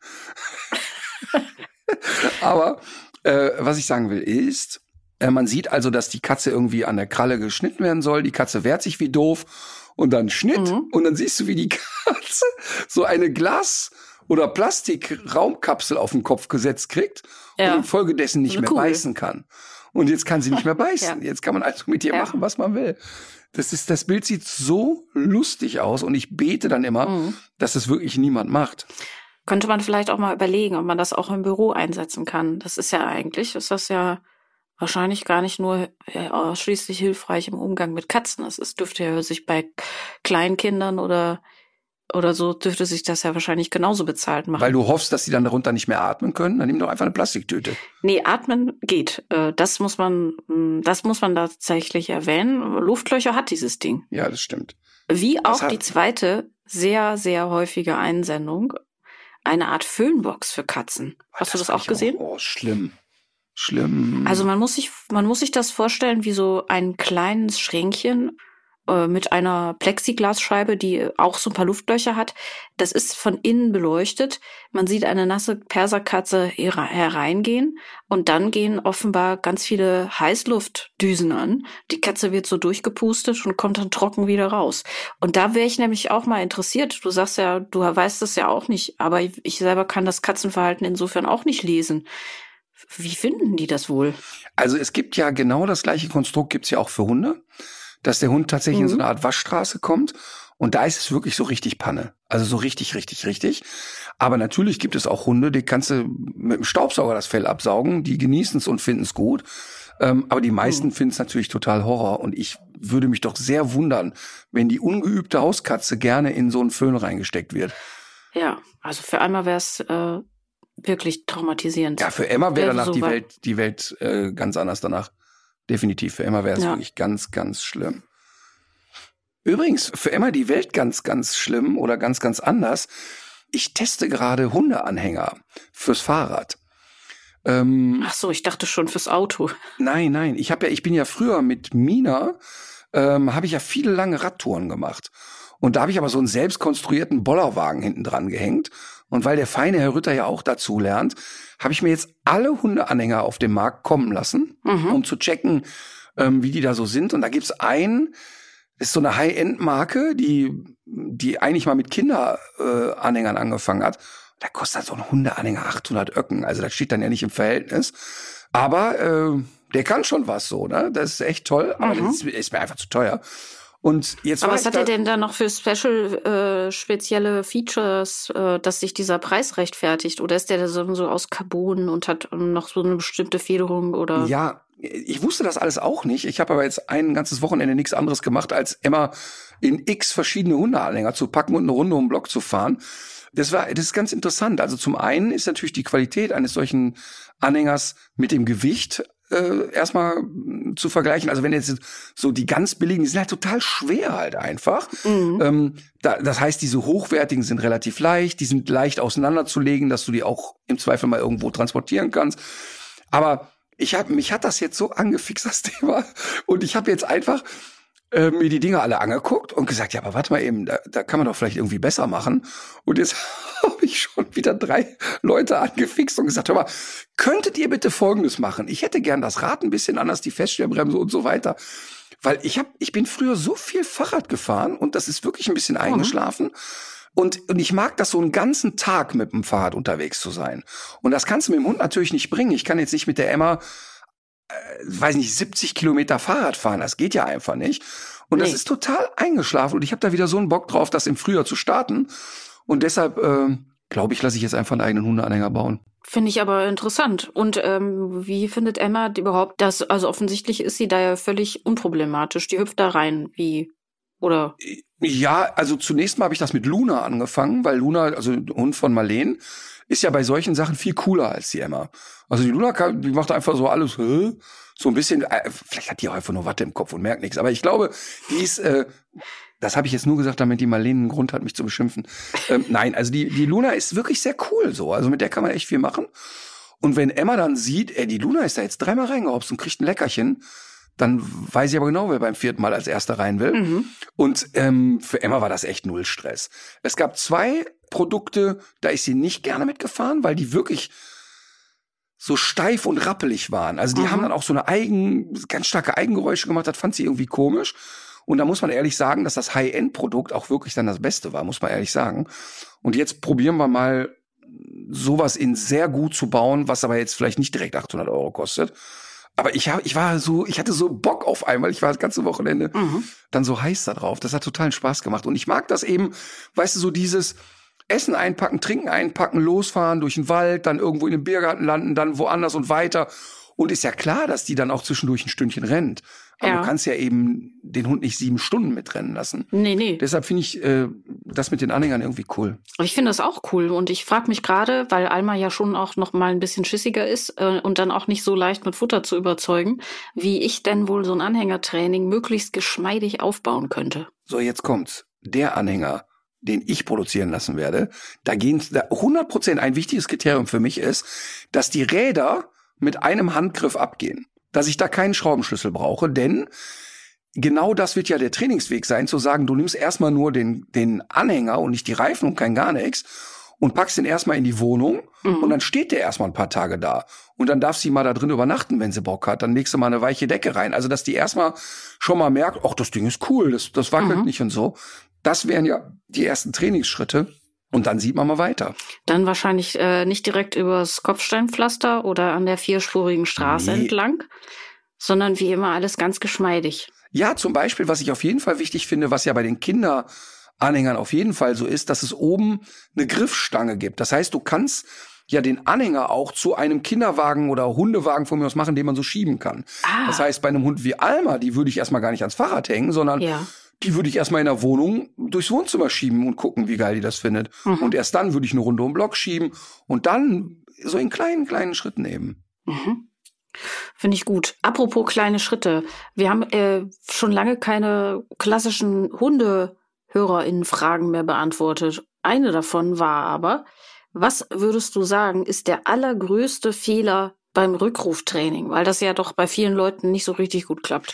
Aber äh, was ich sagen will ist, äh, man sieht also, dass die Katze irgendwie an der Kralle geschnitten werden soll. Die Katze wehrt sich wie doof und dann Schnitt mhm. und dann siehst du, wie die Katze so eine Glas- oder Plastik-Raumkapsel auf den Kopf gesetzt kriegt ja. und infolgedessen nicht mehr cool. beißen kann. Und jetzt kann sie nicht mehr beißen. Ja. Jetzt kann man also mit ihr ja. machen, was man will. Das ist, das Bild sieht so lustig aus und ich bete dann immer, mhm. dass das wirklich niemand macht. Könnte man vielleicht auch mal überlegen, ob man das auch im Büro einsetzen kann. Das ist ja eigentlich, ist das ja wahrscheinlich gar nicht nur ausschließlich hilfreich im Umgang mit Katzen. Das ist, dürfte ja sich bei Kleinkindern oder oder so dürfte sich das ja wahrscheinlich genauso bezahlt machen. Weil du hoffst, dass sie dann darunter nicht mehr atmen können? Dann nimm doch einfach eine Plastiktüte. Nee, atmen geht. Das muss man, das muss man tatsächlich erwähnen. Luftlöcher hat dieses Ding. Ja, das stimmt. Wie auch die zweite sehr, sehr häufige Einsendung. Eine Art Föhnbox für Katzen. Hast das du das auch gesehen? Auch, oh, schlimm. Schlimm. Also man muss sich, man muss sich das vorstellen wie so ein kleines Schränkchen äh, mit einer Plexiglasscheibe, die auch so ein paar Luftlöcher hat. Das ist von innen beleuchtet. Man sieht eine nasse Perserkatze hereingehen und dann gehen offenbar ganz viele Heißluftdüsen an. Die Katze wird so durchgepustet und kommt dann trocken wieder raus. Und da wäre ich nämlich auch mal interessiert. Du sagst ja, du weißt das ja auch nicht, aber ich selber kann das Katzenverhalten insofern auch nicht lesen. Wie finden die das wohl? Also es gibt ja genau das gleiche Konstrukt, gibt's ja auch für Hunde, dass der Hund tatsächlich mhm. in so eine Art Waschstraße kommt und da ist es wirklich so richtig Panne. Also so richtig, richtig, richtig. Aber natürlich gibt es auch Hunde, die kannst du mit dem Staubsauger das Fell absaugen, die genießen es und finden es gut. Ähm, aber die meisten mhm. finden es natürlich total Horror und ich würde mich doch sehr wundern, wenn die ungeübte Hauskatze gerne in so einen Föhn reingesteckt wird. Ja, also für einmal wäre es äh wirklich traumatisierend. Ja, für Emma wäre danach so die Welt, die Welt äh, ganz anders danach. Definitiv. Für Emma wäre es ja. wirklich ganz, ganz schlimm. Übrigens, für Emma die Welt ganz, ganz schlimm oder ganz, ganz anders. Ich teste gerade Hundeanhänger fürs Fahrrad. Ähm, Ach so, ich dachte schon fürs Auto. Nein, nein. Ich habe ja, ich bin ja früher mit Mina, ähm, habe ich ja viele lange Radtouren gemacht. Und da habe ich aber so einen selbst konstruierten Bollerwagen hinten dran gehängt. Und weil der feine Herr Rütter ja auch dazu lernt, habe ich mir jetzt alle Hundeanhänger auf dem Markt kommen lassen, mhm. um zu checken, ähm, wie die da so sind. Und da gibt's einen, ist so eine High-End-Marke, die die eigentlich mal mit Kinderanhängern äh, angefangen hat. Da kostet so ein Hundeanhänger achthundert Öcken. Also das steht dann ja nicht im Verhältnis. Aber äh, der kann schon was so, ne? Das ist echt toll. Aber mhm. das ist, ist mir einfach zu teuer. Und jetzt Aber was hat er denn da noch für special, äh, spezielle Features, äh, dass sich dieser Preis rechtfertigt? Oder ist der so, so aus Carbon und hat noch so eine bestimmte Federung? Oder? Ja, ich wusste das alles auch nicht. Ich habe aber jetzt ein ganzes Wochenende nichts anderes gemacht, als Emma in x verschiedene Hundeanhänger zu packen und eine Runde um den Block zu fahren. Das war, das ist ganz interessant. Also zum einen ist natürlich die Qualität eines solchen Anhängers mit dem Gewicht Äh, erstmal zu vergleichen. Also wenn jetzt so die ganz billigen, die sind halt total schwer halt einfach. Mhm. Ähm, da, das heißt, diese hochwertigen sind relativ leicht, die sind leicht auseinanderzulegen, dass du die auch im Zweifel mal irgendwo transportieren kannst. Aber ich hab, mich hat das jetzt so angefixt, das Thema. Und ich habe jetzt einfach äh, mir die Dinge alle angeguckt und gesagt, ja, aber warte mal eben, da, da kann man doch vielleicht irgendwie besser machen. Und jetzt habe ich schon wieder drei Leute angefixt und gesagt, hör mal, könntet ihr bitte Folgendes machen? Ich hätte gern das Rad ein bisschen anders, die Feststellbremse und so weiter. Weil ich hab, ich bin früher so viel Fahrrad gefahren und das ist wirklich ein bisschen eingeschlafen. Mhm. Und, und ich mag das so einen ganzen Tag mit dem Fahrrad unterwegs zu sein. Und das kannst du mit dem Hund natürlich nicht bringen. Ich kann jetzt nicht mit der Emma Äh, weiß nicht, siebzig Kilometer Fahrrad fahren, das geht ja einfach nicht. Und nee. Das ist total eingeschlafen und ich habe da wieder so einen Bock drauf, das im Frühjahr zu starten. Und deshalb, äh, glaube ich, lasse ich jetzt einfach einen eigenen Hundeanhänger bauen. Finde ich aber interessant. Und ähm, wie findet Emma überhaupt das? Also offensichtlich ist sie da ja völlig unproblematisch. Die hüpft da rein, wie, oder? Ja, also zunächst mal habe ich das mit Luna angefangen, weil Luna, also Hund von Marleen, ist ja bei solchen Sachen viel cooler als die Emma. Also die Luna, kann, die macht einfach so alles, hä? So ein bisschen, äh, vielleicht hat die auch einfach nur Watte im Kopf und merkt nichts. Aber ich glaube, die ist, äh, das habe ich jetzt nur gesagt, damit die Marleen einen Grund hat, mich zu beschimpfen. Ähm, nein, also die, die Luna ist wirklich sehr cool so. Also mit der kann man echt viel machen. Und wenn Emma dann sieht, ey, die Luna ist da jetzt dreimal reingehopst und kriegt ein Leckerchen, dann weiß ich aber genau, wer beim vierten Mal als Erster rein will. Mhm. Und ähm, für Emma war das echt null Stress. Es gab zwei Produkte, da ist sie nicht gerne mitgefahren, weil die wirklich so steif und rappelig waren. Also die mhm. haben dann auch so eine Eigen, ganz starke Eigengeräusche gemacht, das fand sie irgendwie komisch. Und da muss man ehrlich sagen, dass das High-End-Produkt auch wirklich dann das Beste war, muss man ehrlich sagen. Und jetzt probieren wir mal, sowas in sehr gut zu bauen, was aber jetzt vielleicht nicht direkt achthundert Euro kostet. Aber ich hab, ich war so, ich hatte so Bock auf einmal. Ich war das ganze Wochenende mhm. dann so heiß da drauf. Das hat totalen Spaß gemacht. Und ich mag das eben, weißt du, so dieses Essen einpacken, Trinken einpacken, losfahren durch den Wald, dann irgendwo in den Biergarten landen, dann woanders und weiter. Und ist ja klar, dass die dann auch zwischendurch ein Stündchen rennt. Aber ja. Du kannst ja eben den Hund nicht sieben Stunden mitrennen lassen. Nee, nee. Deshalb finde ich äh, das mit den Anhängern irgendwie cool. Ich finde das auch cool. Und ich frage mich gerade, weil Alma ja schon auch noch mal ein bisschen schissiger ist äh, und dann auch nicht so leicht mit Futter zu überzeugen, wie ich denn wohl so ein Anhängertraining möglichst geschmeidig aufbauen könnte. So, jetzt kommt's. Der Anhänger, den ich produzieren lassen werde, da gehen da hundert Prozent ein wichtiges Kriterium für mich ist, dass die Räder mit einem Handgriff abgehen. Dass ich da keinen Schraubenschlüssel brauche, denn genau das wird ja der Trainingsweg sein, zu sagen, du nimmst erstmal nur den, den Anhänger und nicht die Reifen und kein gar nichts und packst den erstmal in die Wohnung mhm. und dann steht der erstmal ein paar Tage da. Und dann darf sie mal da drin übernachten, wenn sie Bock hat. Dann legst du mal eine weiche Decke rein. Also, dass die erstmal schon mal merkt, ach, das Ding ist cool, das, das wackelt mhm. nicht und so. Das wären ja die ersten Trainingsschritte. Und dann sieht man mal weiter. Dann wahrscheinlich äh, nicht direkt übers Kopfsteinpflaster oder an der vierspurigen Straße nee. entlang, sondern wie immer alles ganz geschmeidig. Ja, zum Beispiel, was ich auf jeden Fall wichtig finde, was ja bei den Kinderanhängern auf jeden Fall so ist, dass es oben eine Griffstange gibt. Das heißt, du kannst ja den Anhänger auch zu einem Kinderwagen oder Hundewagen von mir aus machen, den man so schieben kann. Ah. Das heißt, bei einem Hund wie Alma, die würde ich erstmal gar nicht ans Fahrrad hängen, sondern ja. die würde ich erstmal in der Wohnung durchs Wohnzimmer schieben und gucken, wie geil die das findet. Mhm. Und erst dann würde ich eine Runde um den Block schieben und dann so in kleinen, kleinen Schritten eben. Mhm. Finde ich gut. Apropos kleine Schritte. Wir haben äh, schon lange keine klassischen HundehörerInnen-Fragen mehr beantwortet. Eine davon war aber, was würdest du sagen, ist der allergrößte Fehler beim Rückruftraining? Weil das ja doch bei vielen Leuten nicht so richtig gut klappt.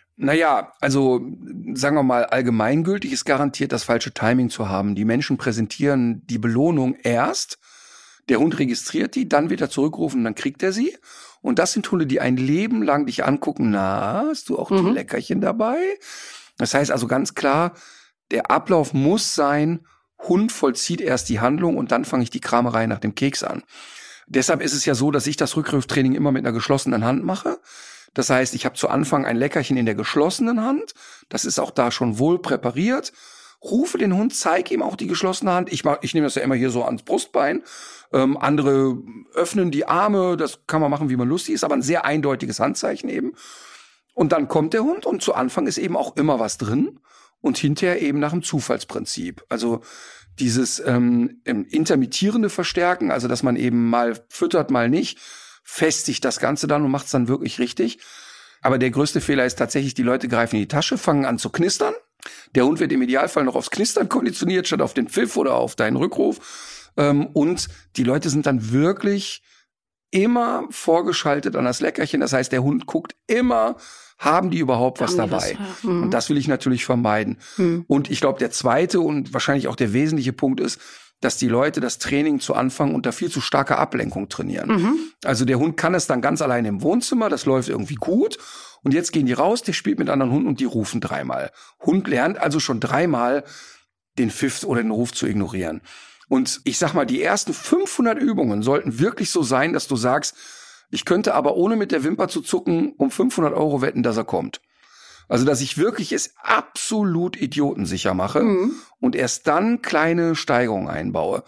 Naja, also sagen wir mal, allgemeingültig ist garantiert das falsche Timing zu haben. Die Menschen präsentieren die Belohnung erst, der Hund registriert die, dann wird er zurückgerufen, dann kriegt er sie. Und das sind Hunde, die ein Leben lang dich angucken, na, hast du auch mhm. die Leckerchen dabei? Das heißt also ganz klar, der Ablauf muss sein, Hund vollzieht erst die Handlung und dann fange ich die Kramerei nach dem Keks an. Deshalb ist es ja so, dass ich das Rückruftraining immer mit einer geschlossenen Hand mache. Das heißt, ich habe zu Anfang ein Leckerchen in der geschlossenen Hand. Das ist auch da schon wohl präpariert. Rufe den Hund, zeige ihm auch die geschlossene Hand. Ich mach, ich nehme das ja immer hier so ans Brustbein. Ähm, andere öffnen die Arme. Das kann man machen, wie man lustig ist, aber ein sehr eindeutiges Handzeichen eben. Und dann kommt der Hund und zu Anfang ist eben auch immer was drin und hinterher eben nach dem Zufallsprinzip. Also dieses ähm, intermittierende Verstärken, also dass man eben mal füttert, mal nicht, festigt das Ganze dann und macht es dann wirklich richtig. Aber der größte Fehler ist tatsächlich, die Leute greifen in die Tasche, fangen an zu knistern. Der Hund wird im Idealfall noch aufs Knistern konditioniert, statt auf den Pfiff oder auf deinen Rückruf. Und die Leute sind dann wirklich immer vorgeschaltet an das Leckerchen. Das heißt, der Hund guckt immer, haben die überhaupt was Haben die dabei? das? Ja. Mhm. Und das will ich natürlich vermeiden. Mhm. Und ich glaube, der zweite und wahrscheinlich auch der wesentliche Punkt ist, dass die Leute das Training zu Anfang unter viel zu starker Ablenkung trainieren. Mhm. Also der Hund kann es dann ganz alleine im Wohnzimmer, das läuft irgendwie gut. Und jetzt gehen die raus, der spielt mit anderen Hunden und die rufen dreimal. Hund lernt also schon dreimal, den Pfiff oder den Ruf zu ignorieren. Und ich sag mal, die ersten fünfhundert Übungen sollten wirklich so sein, dass du sagst, ich könnte aber ohne mit der Wimper zu zucken um fünfhundert Euro wetten, dass er kommt. Also, dass ich wirklich es absolut idiotensicher mache mhm. und erst dann kleine Steigerungen einbaue.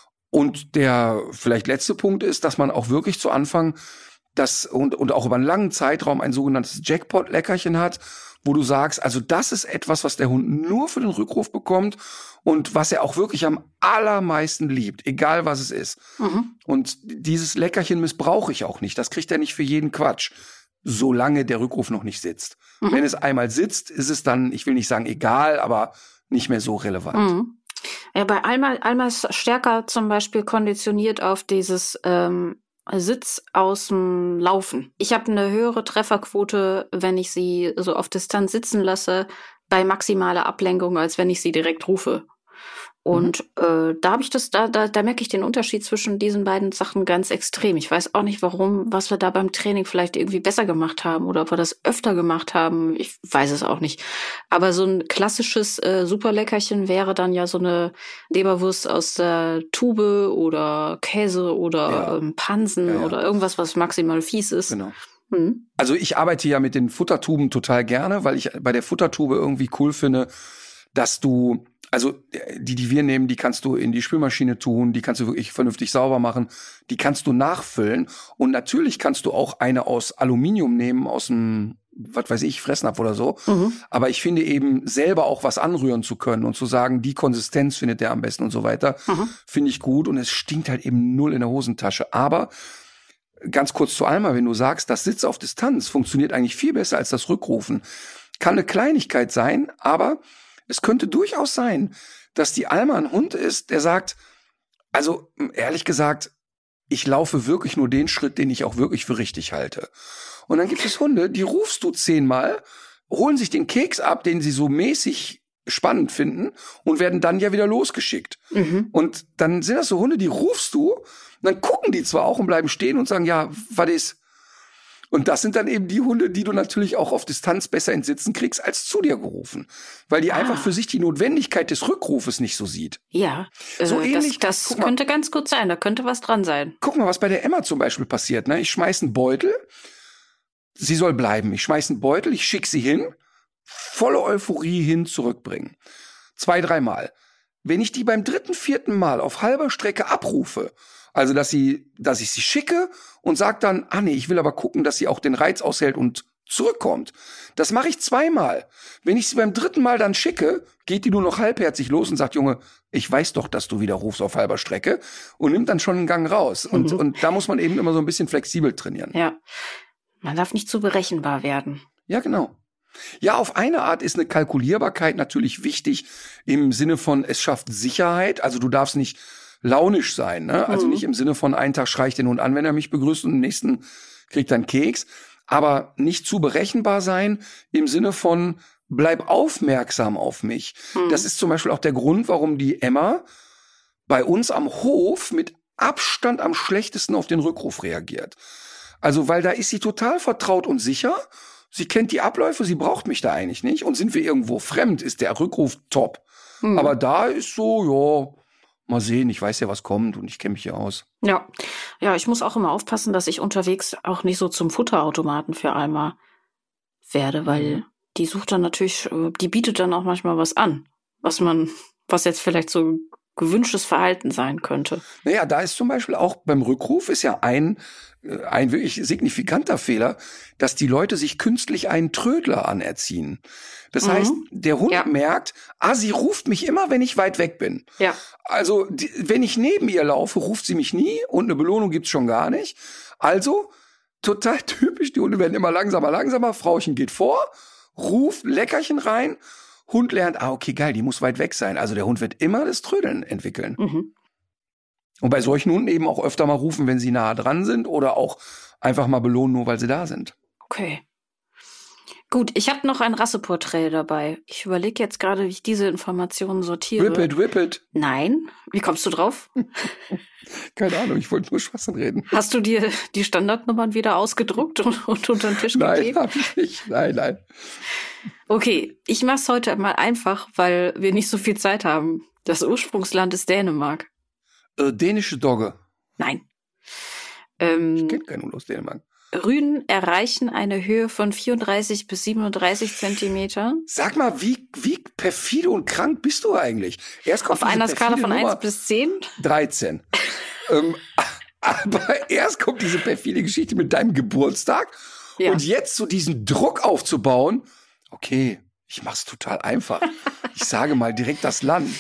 Und der vielleicht letzte Punkt ist, dass man auch wirklich zu Anfang das und, und auch über einen langen Zeitraum ein sogenanntes Jackpot-Leckerchen hat, wo du sagst, also das ist etwas, was der Hund nur für den Rückruf bekommt und was er auch wirklich am allermeisten liebt, egal was es ist. Mhm. Und dieses Leckerchen missbrauche ich auch nicht. Das kriegt er nicht für jeden Quatsch, solange der Rückruf noch nicht sitzt. Mhm. Wenn es einmal sitzt, ist es dann, ich will nicht sagen egal, aber nicht mehr so relevant. Mhm. Ja, bei Alma, Alma ist stärker zum Beispiel konditioniert auf dieses ähm, Sitz aus dem Laufen. Ich habe eine höhere Trefferquote, wenn ich sie so auf Distanz sitzen lasse, bei maximaler Ablenkung, als wenn ich sie direkt rufe. Und mhm. äh, da habe ich das, da, da, da merke ich den Unterschied zwischen diesen beiden Sachen ganz extrem. Ich weiß auch nicht, warum, was wir da beim Training vielleicht irgendwie besser gemacht haben oder ob wir das öfter gemacht haben. Ich weiß es auch nicht. Aber so ein klassisches äh, Superleckerchen wäre dann ja so eine Leberwurst aus der Tube oder Käse oder ja. ähm, Pansen ja, ja. oder irgendwas, was maximal fies ist. Genau. Hm. Also ich arbeite ja mit den Futtertuben total gerne, weil ich bei der Futtertube irgendwie cool finde, dass du Also die, die wir nehmen, die kannst du in die Spülmaschine tun, die kannst du wirklich vernünftig sauber machen, die kannst du nachfüllen. Und natürlich kannst du auch eine aus Aluminium nehmen, aus dem, was weiß ich, Fressnapf oder so. Mhm. Aber ich finde eben, selber auch was anrühren zu können und zu sagen, die Konsistenz findet der am besten und so weiter, mhm. finde ich gut. Und es stinkt halt eben null in der Hosentasche. Aber ganz kurz zu Alma, wenn du sagst, das Sitz auf Distanz funktioniert eigentlich viel besser als das Rückrufen. Kann eine Kleinigkeit sein, aber es könnte durchaus sein, dass die Alma ein Hund ist, der sagt, also ehrlich gesagt, ich laufe wirklich nur den Schritt, den ich auch wirklich für richtig halte. Und dann gibt es Hunde, die rufst du zehnmal, holen sich den Keks ab, den sie so mäßig spannend finden und werden dann ja wieder losgeschickt. Mhm. Und dann sind das so Hunde, die rufst du, und dann gucken die zwar auch und bleiben stehen und sagen, ja, was ist? Und das sind dann eben die Hunde, die du natürlich auch auf Distanz besser ins Sitzen kriegst, als zu dir gerufen. Weil die ah. einfach für sich die Notwendigkeit des Rückrufes nicht so sieht. Ja, so äh, ähnlich, das, das könnte mal, ganz gut sein, da könnte was dran sein. Guck mal, was bei der Emma zum Beispiel passiert. Ne? Ich schmeiß einen Beutel, sie soll bleiben. Ich schmeiß einen Beutel, ich schicke sie hin, volle Euphorie hin, zurückbringen. Zwei, dreimal. Wenn ich die beim dritten, vierten Mal auf halber Strecke abrufe, also, dass sie, dass ich sie schicke und sag dann, ah nee, ich will aber gucken, dass sie auch den Reiz aushält und zurückkommt. Das mache ich zweimal. Wenn ich sie beim dritten Mal dann schicke, geht die nur noch halbherzig los und sagt, Junge, ich weiß doch, dass du wieder rufst auf halber Strecke und nimmt dann schon einen Gang raus. Mhm. Und, und da muss man eben immer so ein bisschen flexibel trainieren. Ja, man darf nicht zu berechenbar werden. Ja, genau. Ja, auf eine Art ist eine Kalkulierbarkeit natürlich wichtig im Sinne von, es schafft Sicherheit. Also du darfst nicht launisch sein, ne? Also mhm. nicht im Sinne von, einen Tag schrei ich den Hund an, wenn er mich begrüßt und am nächsten kriegt er einen Keks. Aber nicht zu berechenbar sein im Sinne von, bleib aufmerksam auf mich. Mhm. Das ist zum Beispiel auch der Grund, warum die Emma bei uns am Hof mit Abstand am schlechtesten auf den Rückruf reagiert. Also, weil da ist sie total vertraut und sicher. Sie kennt die Abläufe, sie braucht mich da eigentlich nicht. Und sind wir irgendwo fremd, ist der Rückruf top. Mhm. Aber da ist so, ja, mal sehen, ich weiß ja, was kommt und ich kenne mich ja aus. Ja, ja, ich muss auch immer aufpassen, dass ich unterwegs auch nicht so zum Futterautomaten für Alma werde, weil mhm. die sucht dann natürlich, die bietet dann auch manchmal was an, was man, was jetzt vielleicht so gewünschtes Verhalten sein könnte. Naja, da ist zum Beispiel auch beim Rückruf ist ja ein, ein wirklich signifikanter Fehler, dass die Leute sich künstlich einen Trödler anerziehen. Das mhm. heißt, der Hund ja. merkt, ah, sie ruft mich immer, wenn ich weit weg bin. Ja. Also, die, wenn ich neben ihr laufe, ruft sie mich nie und eine Belohnung gibt's schon gar nicht. Also, total typisch, die Hunde werden immer langsamer, langsamer, Frauchen geht vor, ruft Leckerchen rein, Hund lernt, ah, okay, geil, die muss weit weg sein. Also der Hund wird immer das Trödeln entwickeln. Mhm. Und bei solchen Hunden eben auch öfter mal rufen, wenn sie nah dran sind oder auch einfach mal belohnen, nur weil sie da sind. Okay. Gut, ich habe noch ein Rasseporträt dabei. Ich überlege jetzt gerade, wie ich diese Informationen sortiere. Rip it, rip it. Nein. Wie kommst du drauf? Keine Ahnung, ich wollte nur Schwachsinn reden. Hast du dir die Standardnummern wieder ausgedruckt und, und unter den Tisch nein, gegeben? Nein, hab ich nicht. Nein, nein. Okay, ich mach's heute mal einfach, weil wir nicht so viel Zeit haben. Das Ursprungsland ist Dänemark. Äh, dänische Dogge. Nein. Ähm, ich kenne keinen Hund aus Dänemark. Rüden erreichen eine Höhe von vierunddreißig bis siebenunddreißig Zentimeter. Sag mal, wie, wie perfide und krank bist du eigentlich? Erst kommt auf einer Skala von Nummer eins bis zehn? dreizehn. ähm, aber erst kommt diese perfide Geschichte mit deinem Geburtstag ja. Und jetzt so diesen Druck aufzubauen. Okay, ich mach's total einfach. Ich sage mal direkt das Land.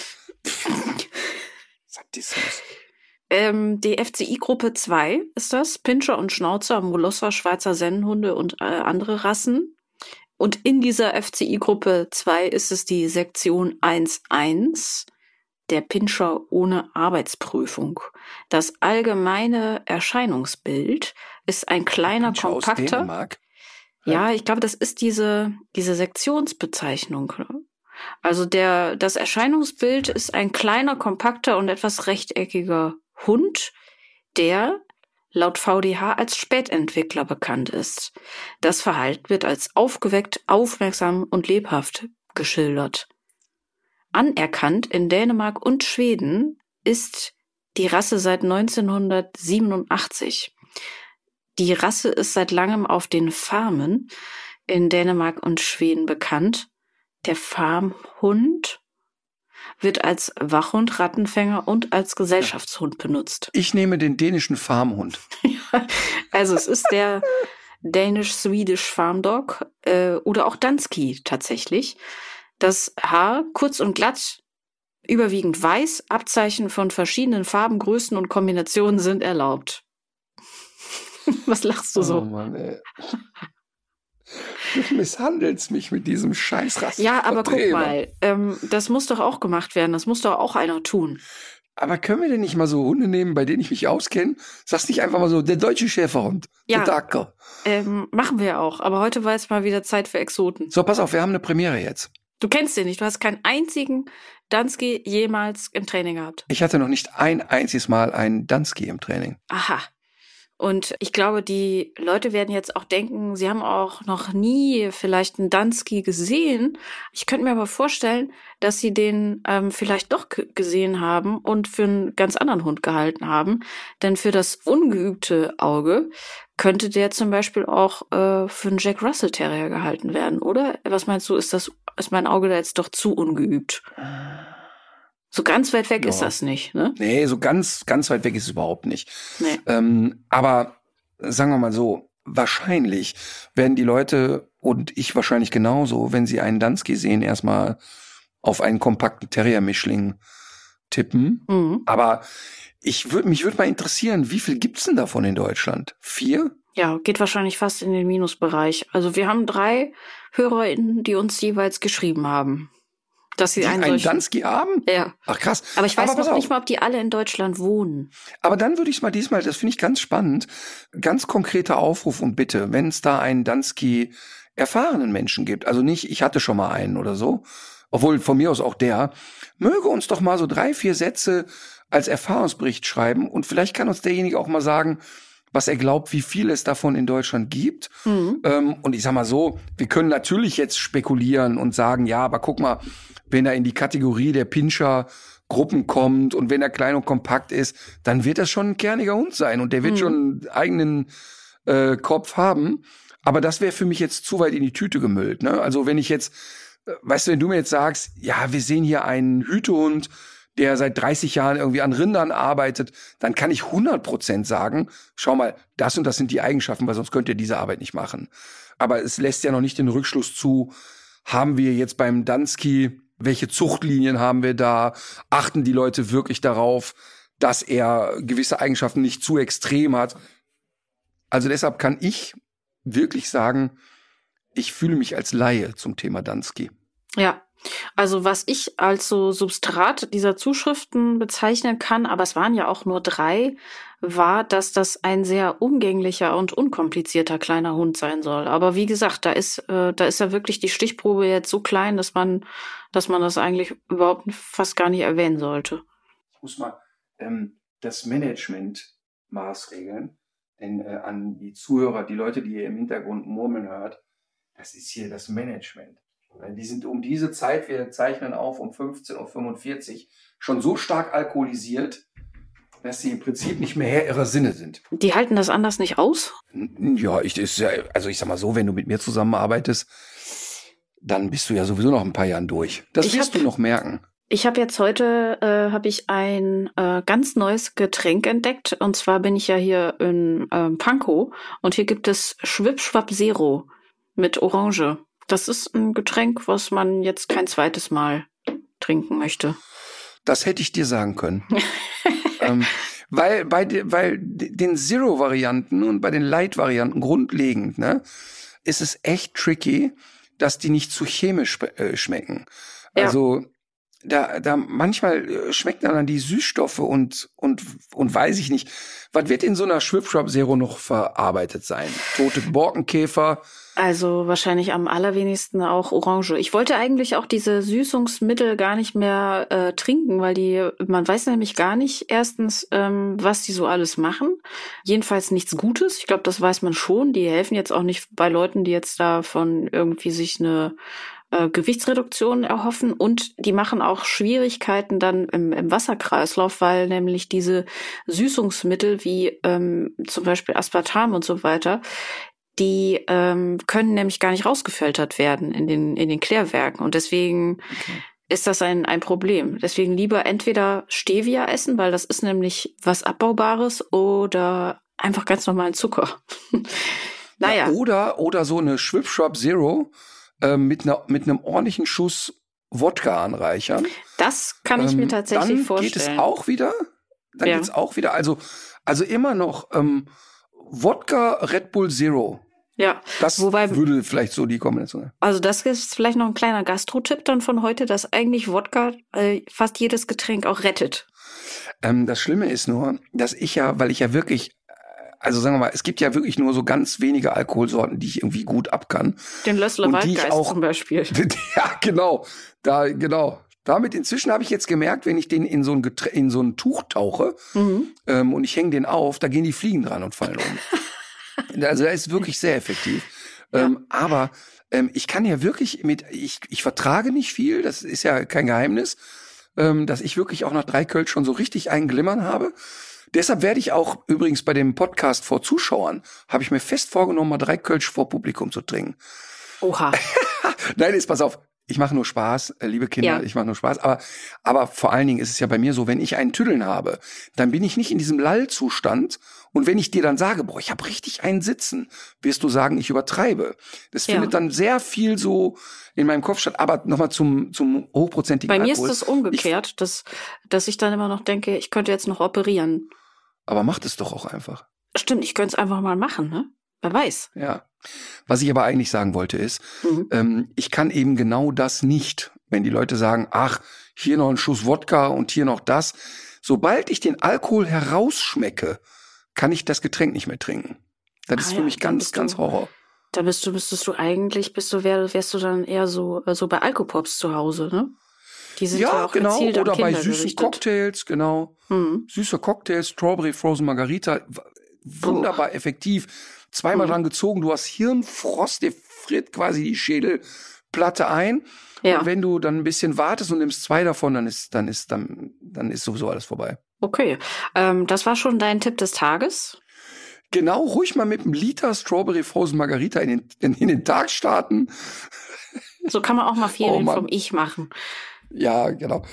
Sadismus. Ähm, die F C I-Gruppe zwei ist das. Pinscher und Schnauzer, Molosser, Schweizer Sennenhunde und äh, andere Rassen. Und in dieser F C I-Gruppe zwei ist es die Sektion eins eins, der Pinscher ohne Arbeitsprüfung. Das allgemeine Erscheinungsbild ist ein kleiner, Pinscher kompakter. Aus Dänemark? Ja, ich glaube, das ist diese, diese Sektionsbezeichnung. Ne? Also der, das Erscheinungsbild ist ein kleiner, kompakter und etwas rechteckiger Hund, der laut V D H als Spätentwickler bekannt ist. Das Verhalten wird als aufgeweckt, aufmerksam und lebhaft geschildert. Anerkannt in Dänemark und Schweden ist die Rasse seit neunzehnhundertsiebenundachtzig. Die Rasse ist seit langem auf den Farmen in Dänemark und Schweden bekannt. Der Farmhund wird als Wachhund, Rattenfänger und als Gesellschaftshund benutzt. Ich nehme den dänischen Farmhund. Also es ist der Danish-Swedish Farm Dog äh, oder auch Dansky tatsächlich. Das Haar kurz und glatt, überwiegend weiß, Abzeichen von verschiedenen Farben, Größen und Kombinationen sind erlaubt. Was lachst du so? Oh Mann, ey. Du misshandelst mich mit diesem Scheißrass. Ja, aber guck mal, ähm, das muss doch auch gemacht werden. Das muss doch auch einer tun. Aber können wir denn nicht mal so Hunde nehmen, bei denen ich mich auskenne? Sagst nicht einfach mal so, der deutsche Schäferhund, ja, der Dackel. Ähm, machen wir auch. Aber heute war jetzt mal wieder Zeit für Exoten. So, pass auf, wir haben eine Premiere jetzt. Du kennst den nicht. Du hast keinen einzigen Dansky jemals im Training gehabt. Ich hatte noch nicht ein einziges Mal einen Dansky im Training. Aha. Und ich glaube, die Leute werden jetzt auch denken, sie haben auch noch nie vielleicht einen Dansky gesehen. Ich könnte mir aber vorstellen, dass sie den ähm, vielleicht doch k- gesehen haben und für einen ganz anderen Hund gehalten haben. Denn für das ungeübte Auge könnte der zum Beispiel auch äh, für einen Jack Russell Terrier gehalten werden, oder? Was meinst du, ist das, ist mein Auge da jetzt doch zu ungeübt? So ganz weit weg ja. ist das nicht, ne? Nee, so ganz, ganz weit weg ist es überhaupt nicht. Nee. Ähm, aber sagen wir mal so, wahrscheinlich werden die Leute und ich wahrscheinlich genauso, wenn sie einen Dansky sehen, erstmal auf einen kompakten Terrier-Mischling tippen. Mhm. Aber ich würde mich würde mal interessieren, wie viel gibt's denn davon in Deutschland? Vier? Ja, geht wahrscheinlich fast in den Minusbereich. Also wir haben drei HörerInnen, die uns jeweils geschrieben haben. Dass sie die einen, einen solchen Dansky haben? Ja. Ach krass. Aber ich weiß Aber noch nicht mal, ob die alle in Deutschland wohnen. Aber dann würde ich es mal diesmal, das finde ich ganz spannend, ganz konkreter Aufruf und Bitte, wenn es da einen Dansky erfahrenen Menschen gibt, also nicht, ich hatte schon mal einen oder so, obwohl von mir aus auch der, möge uns doch mal so drei, vier Sätze als Erfahrungsbericht schreiben und vielleicht kann uns derjenige auch mal sagen, was er glaubt, wie viel es davon in Deutschland gibt. Mhm. Ähm, und ich sag mal so, wir können natürlich jetzt spekulieren und sagen, ja, aber guck mal, wenn er in die Kategorie der Pinscher-Gruppen kommt und wenn er klein und kompakt ist, dann wird das schon ein kerniger Hund sein und der wird mhm. schon einen eigenen äh, Kopf haben. Aber das wäre für mich jetzt zu weit in die Tüte gemüllt. Ne? Also wenn ich jetzt, weißt du, wenn du mir jetzt sagst, ja, wir sehen hier einen Hütehund, der seit dreißig Jahren irgendwie an Rindern arbeitet, dann kann ich hundert Prozent sagen, schau mal, das und das sind die Eigenschaften, weil sonst könnt ihr diese Arbeit nicht machen. Aber es lässt ja noch nicht den Rückschluss zu, haben wir jetzt beim Dansky, welche Zuchtlinien haben wir da, achten die Leute wirklich darauf, dass er gewisse Eigenschaften nicht zu extrem hat. Also deshalb kann ich wirklich sagen, ich fühle mich als Laie zum Thema Dansky. Ja. Also was ich als so Substrat dieser Zuschriften bezeichnen kann, aber es waren ja auch nur drei, war, dass das ein sehr umgänglicher und unkomplizierter kleiner Hund sein soll. Aber wie gesagt, da ist, äh, da ist ja wirklich die Stichprobe jetzt so klein, dass man, dass man das eigentlich überhaupt fast gar nicht erwähnen sollte. Ich muss mal ähm, das Management maßregeln, denn äh, an die Zuhörer, die Leute, die ihr im Hintergrund murmeln hört, das ist hier das Management. Die sind um diese Zeit, wir zeichnen auf um fünfzehn Uhr fünfundvierzig, schon so stark alkoholisiert, dass sie im Prinzip nicht mehr Herr ihrer Sinne sind. Die halten das anders nicht aus? Ja, ich, ist ja, also ich sag mal so, wenn du mit mir zusammenarbeitest, dann bist du ja sowieso noch ein paar Jahren durch. Das ich wirst hab, du noch merken. Ich habe jetzt heute äh, habe ich ein äh, ganz neues Getränk entdeckt. Und zwar bin ich ja hier in ähm, Pankow und hier gibt es Schwip-Schwap Zero mit Orange. Das ist ein Getränk, was man jetzt kein zweites Mal trinken möchte. Das hätte ich dir sagen können. ähm, weil bei de, weil den Zero-Varianten und bei den Light-Varianten grundlegend, ne, ist es echt tricky, dass die nicht zu chemisch äh, schmecken. Ja. Also da da manchmal schmeckt dann die Süßstoffe und und und weiß ich nicht, was wird in so einer Schwip-Schwap-Zero noch verarbeitet sein? Tote Borkenkäfer. Also wahrscheinlich am allerwenigsten auch Orange. Ich wollte eigentlich auch diese Süßungsmittel gar nicht mehr äh, trinken, weil die, man weiß nämlich gar nicht erstens, ähm, was die so alles machen. Jedenfalls nichts Gutes. Ich glaube, das weiß man schon. Die helfen jetzt auch nicht bei Leuten, die jetzt davon irgendwie sich eine äh, Gewichtsreduktion erhoffen. Und die machen auch Schwierigkeiten dann im, im Wasserkreislauf, weil nämlich diese Süßungsmittel wie ähm, zum Beispiel Aspartam und so weiter, die ähm, können nämlich gar nicht rausgefiltert werden in den in den Klärwerken. Und deswegen okay. ist das ein ein Problem. Deswegen lieber entweder Stevia essen, weil das ist nämlich was Abbaubares, oder einfach ganz normalen Zucker. Naja. Ja, oder oder so eine Schwip-Schwap Zero äh, mit einer mit einem ordentlichen Schuss Wodka anreichern. Das kann ich ähm, mir tatsächlich dann vorstellen. Dann geht es auch wieder. Dann ja. geht's auch wieder. Also also immer noch ähm, Wodka Red Bull Zero. Ja, das wobei, würde vielleicht so die Kombination sein. Also das ist vielleicht noch ein kleiner Gastro-Tipp dann von heute, dass eigentlich Wodka äh, fast jedes Getränk auch rettet. Ähm, das Schlimme ist nur, dass ich ja, weil ich ja wirklich, also sagen wir mal, es gibt ja wirklich nur so ganz wenige Alkoholsorten, die ich irgendwie gut ab kann. Den Lössler Waldgeist auch, zum Beispiel. Ja, genau. Da, genau. Damit inzwischen habe ich jetzt gemerkt, wenn ich den in so ein, Geträ- in so ein Tuch tauche mhm. ähm, und ich hänge den auf, da gehen die Fliegen dran und fallen um. Also da ist wirklich sehr effektiv. Ja. Ähm, aber ähm, ich kann ja wirklich mit, ich, ich vertrage nicht viel, das ist ja kein Geheimnis, ähm, dass ich wirklich auch nach drei Kölsch schon so richtig einen Glimmern habe. Deshalb werde ich auch übrigens bei dem Podcast vor Zuschauern, habe ich mir fest vorgenommen, mal drei Kölsch vor Publikum zu trinken. Oha. Nein, jetzt pass auf. Ich mache nur Spaß, äh, liebe Kinder, ja. ich mache nur Spaß. Aber, aber vor allen Dingen ist es ja bei mir so, wenn ich einen Tüddeln habe, dann bin ich nicht in diesem Lallzustand. Und wenn ich dir dann sage, boah, ich habe richtig einen Sitzen, wirst du sagen, ich übertreibe. Das ja. findet dann sehr viel so in meinem Kopf statt. Aber nochmal zum zum hochprozentigen Bei mir Alkohol. Ist das umgekehrt, ich, dass dass ich dann immer noch denke, ich könnte jetzt noch operieren. Aber mach das doch auch einfach. Stimmt, ich könnte es einfach mal machen, ne? Wer weiß. Ja. Was ich aber eigentlich sagen wollte ist, mhm. ähm, ich kann eben genau das nicht, wenn die Leute sagen, ach, hier noch ein Schuss Wodka und hier noch das. Sobald ich den Alkohol herausschmecke, kann ich das Getränk nicht mehr trinken. Das ah, ist für ja, mich ganz, ganz Horror. Da bist du, müsstest du eigentlich, bist du, wär, wärst du dann eher so, so bei Alkopops zu Hause, ne? Die sind ja, ja auch genau, gezielt oder auf Kinder bei süßen gerichtet. Cocktails, genau. Mhm. Süße Cocktails, Strawberry Frozen Margarita, wunderbar oh. effektiv. Zweimal mhm. dran gezogen, du hast Hirnfrost, dir friert quasi die Schädelplatte ein. Ja. Und wenn du dann ein bisschen wartest und nimmst zwei davon, dann ist, dann ist, dann, dann ist sowieso alles vorbei. Okay, ähm, das war schon dein Tipp des Tages? Genau, ruhig mal mit einem Liter Strawberry Frozen Margarita in den, in, in den Tag starten. So kann man auch mal Ferien oh, vom Ich machen. Ja, genau.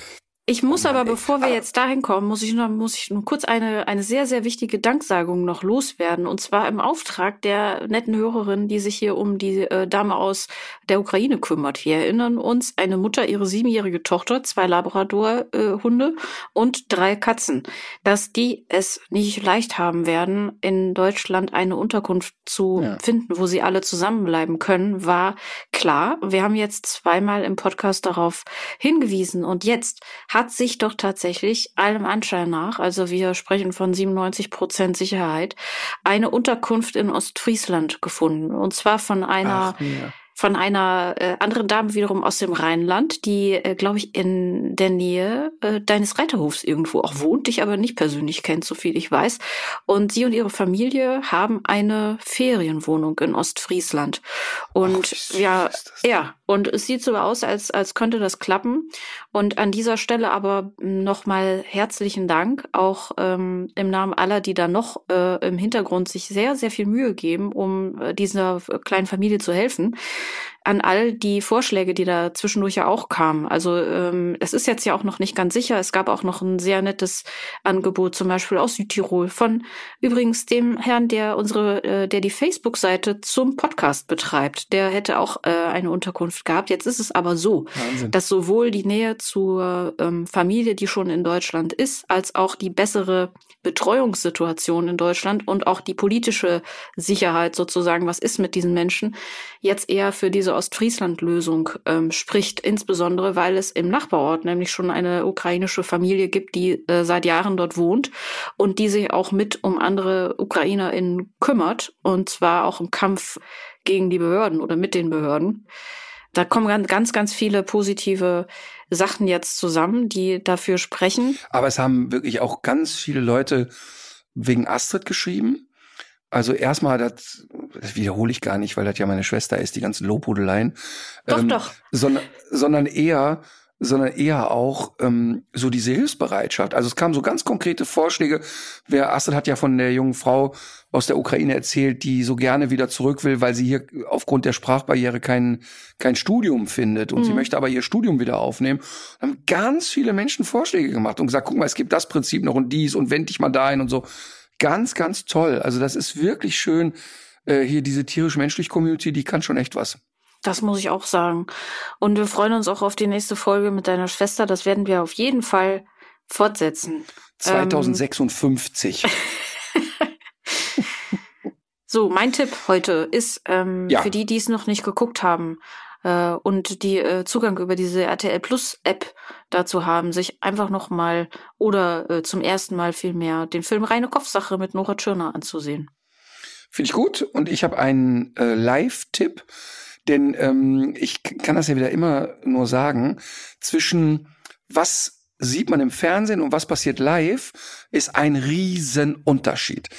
Ich muss Oh Mann, aber, ey. bevor wir Aber- jetzt dahin kommen, muss ich noch, muss ich nur kurz eine, eine sehr, sehr wichtige Danksagung noch loswerden. Und zwar im Auftrag der netten Hörerin, die sich hier um die äh, Dame aus der Ukraine kümmert. Wir erinnern uns, eine Mutter, ihre siebenjährige Tochter, zwei Labrador-Hunde äh, und drei Katzen, dass die es nicht leicht haben werden, in Deutschland eine Unterkunft zu Ja. finden, wo sie alle zusammenbleiben können, war klar. Wir haben jetzt zweimal im Podcast darauf hingewiesen. Und jetzt hat sich doch tatsächlich allem Anschein nach, also wir sprechen von siebenundneunzig Prozent Sicherheit, eine Unterkunft in Ostfriesland gefunden. Und zwar von einer Ach, ja. von einer äh, anderen Dame wiederum aus dem Rheinland, die, äh, glaube ich, in der Nähe äh, deines Reiterhofs irgendwo auch wohnt, dich aber nicht persönlich kennt, so viel ich weiß. Und sie und ihre Familie haben eine Ferienwohnung in Ostfriesland. Und Ach, wie süß ja, ist das? ja, und es sieht so aus, als, als könnte das klappen. Und an dieser Stelle aber nochmal herzlichen Dank, auch ähm, im Namen aller, die da noch äh, im Hintergrund sich sehr, sehr viel Mühe geben, um äh, dieser kleinen Familie zu helfen, an all die Vorschläge, die da zwischendurch ja auch kamen. Also ähm, es ist jetzt ja auch noch nicht ganz sicher. Es gab auch noch ein sehr nettes Angebot, zum Beispiel aus Südtirol, von übrigens dem Herrn, der unsere, äh, der die Facebook-Seite zum Podcast betreibt. Der hätte auch äh, eine Unterkunft gehabt. Jetzt ist es aber so, Wahnsinn. dass sowohl die Nähe zur ähm, Familie, die schon in Deutschland ist, als auch die bessere Betreuungssituation in Deutschland und auch die politische Sicherheit sozusagen, was ist mit diesen Menschen, jetzt eher für diese Ostfriesland-Lösung ähm, spricht, insbesondere weil es im Nachbarort nämlich schon eine ukrainische Familie gibt, die äh, seit Jahren dort wohnt und die sich auch mit um andere UkrainerInnen kümmert, und zwar auch im Kampf gegen die Behörden oder mit den Behörden. Da kommen ganz, ganz viele positive Sachen jetzt zusammen, die dafür sprechen. Aber es haben wirklich auch ganz viele Leute wegen Astrid geschrieben. Also erstmal, das, das wiederhole ich gar nicht, weil das ja meine Schwester ist, die ganzen Lobhudeleien. Doch, ähm, doch. Sondern, sondern eher, sondern eher auch ähm, so diese Hilfsbereitschaft. Also es kamen so ganz konkrete Vorschläge. Wer Astrid hat ja von der jungen Frau aus der Ukraine erzählt, die so gerne wieder zurück will, weil sie hier aufgrund der Sprachbarriere kein kein Studium findet und Mhm. sie möchte aber ihr Studium wieder aufnehmen. Da haben ganz viele Menschen Vorschläge gemacht und gesagt, guck mal, es gibt das Prinzip noch und dies und wend dich mal dahin und so. Ganz, ganz toll. Also das ist wirklich schön. Äh, hier diese tierisch-menschlich-Community, die kann schon echt was. Das muss ich auch sagen. Und wir freuen uns auch auf die nächste Folge mit deiner Schwester. Das werden wir auf jeden Fall fortsetzen. zweitausendsechsundfünfzig. So, mein Tipp heute ist, ähm, Ja. für die, die es noch nicht geguckt haben äh, und die äh, Zugang über diese R T L Plus App dazu haben, sich einfach noch mal oder äh, zum ersten Mal vielmehr den Film Reine Kopfsache mit Nora Tschirner anzusehen. Finde ich gut. Und ich habe einen äh, Live-Tipp, denn ähm, ich k- kann das ja wieder immer nur sagen, zwischen was sieht man im Fernsehen und was passiert live, ist ein Riesenunterschied.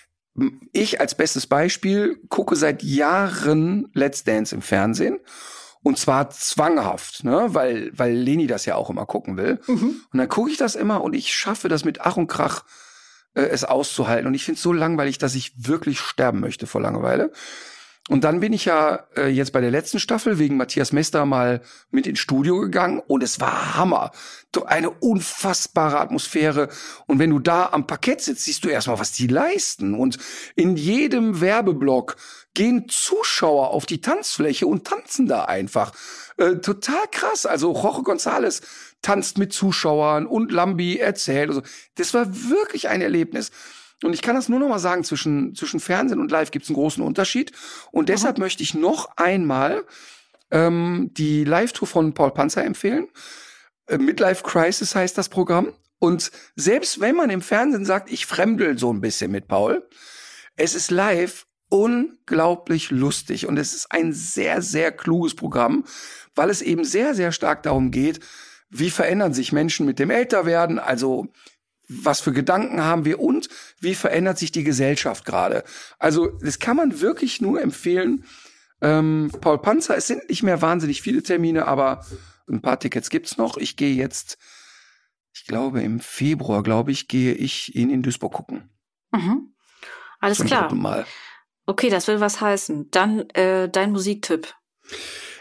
Ich als bestes Beispiel gucke seit Jahren Let's Dance im Fernsehen. Und zwar zwanghaft, ne, weil, weil Leni das ja auch immer gucken will. Mhm. Und dann gucke ich das immer und ich schaffe das mit Ach und Krach, äh, es auszuhalten. Und ich finde es so langweilig, dass ich wirklich sterben möchte vor Langeweile. Und dann bin ich ja äh, jetzt bei der letzten Staffel wegen Matthias Mester mal mit ins Studio gegangen und es war Hammer. Doch eine unfassbare Atmosphäre. Und wenn du da am Parkett sitzt, siehst du erstmal, was die leisten. Und in jedem Werbeblock gehen Zuschauer auf die Tanzfläche und tanzen da einfach. Äh, total krass. Also Jorge González tanzt mit Zuschauern und Lambi erzählt. Also, das war wirklich ein Erlebnis. Und ich kann das nur noch mal sagen, zwischen, zwischen Fernsehen und Live gibt es einen großen Unterschied. Und deshalb möchte ich noch einmal ähm, die Live-Tour von Paul Panzer empfehlen. Äh, Midlife Crisis heißt das Programm. Und selbst wenn man im Fernsehen sagt, ich fremdel so ein bisschen mit Paul, es ist live unglaublich lustig. Und es ist ein sehr, sehr kluges Programm, weil es eben sehr, sehr stark darum geht, wie verändern sich Menschen mit dem Älterwerden, also was für Gedanken haben wir und wie verändert sich die Gesellschaft gerade. Also das kann man wirklich nur empfehlen. Ähm, Paul Panzer, es sind nicht mehr wahnsinnig viele Termine, aber ein paar Tickets gibt's noch. Ich gehe jetzt, ich glaube im Februar, glaube ich, gehe ich ihn in Duisburg gucken. Mhm. Alles Zum klar. dritten Mal. Okay, das will was heißen. Dann äh, dein Musiktipp.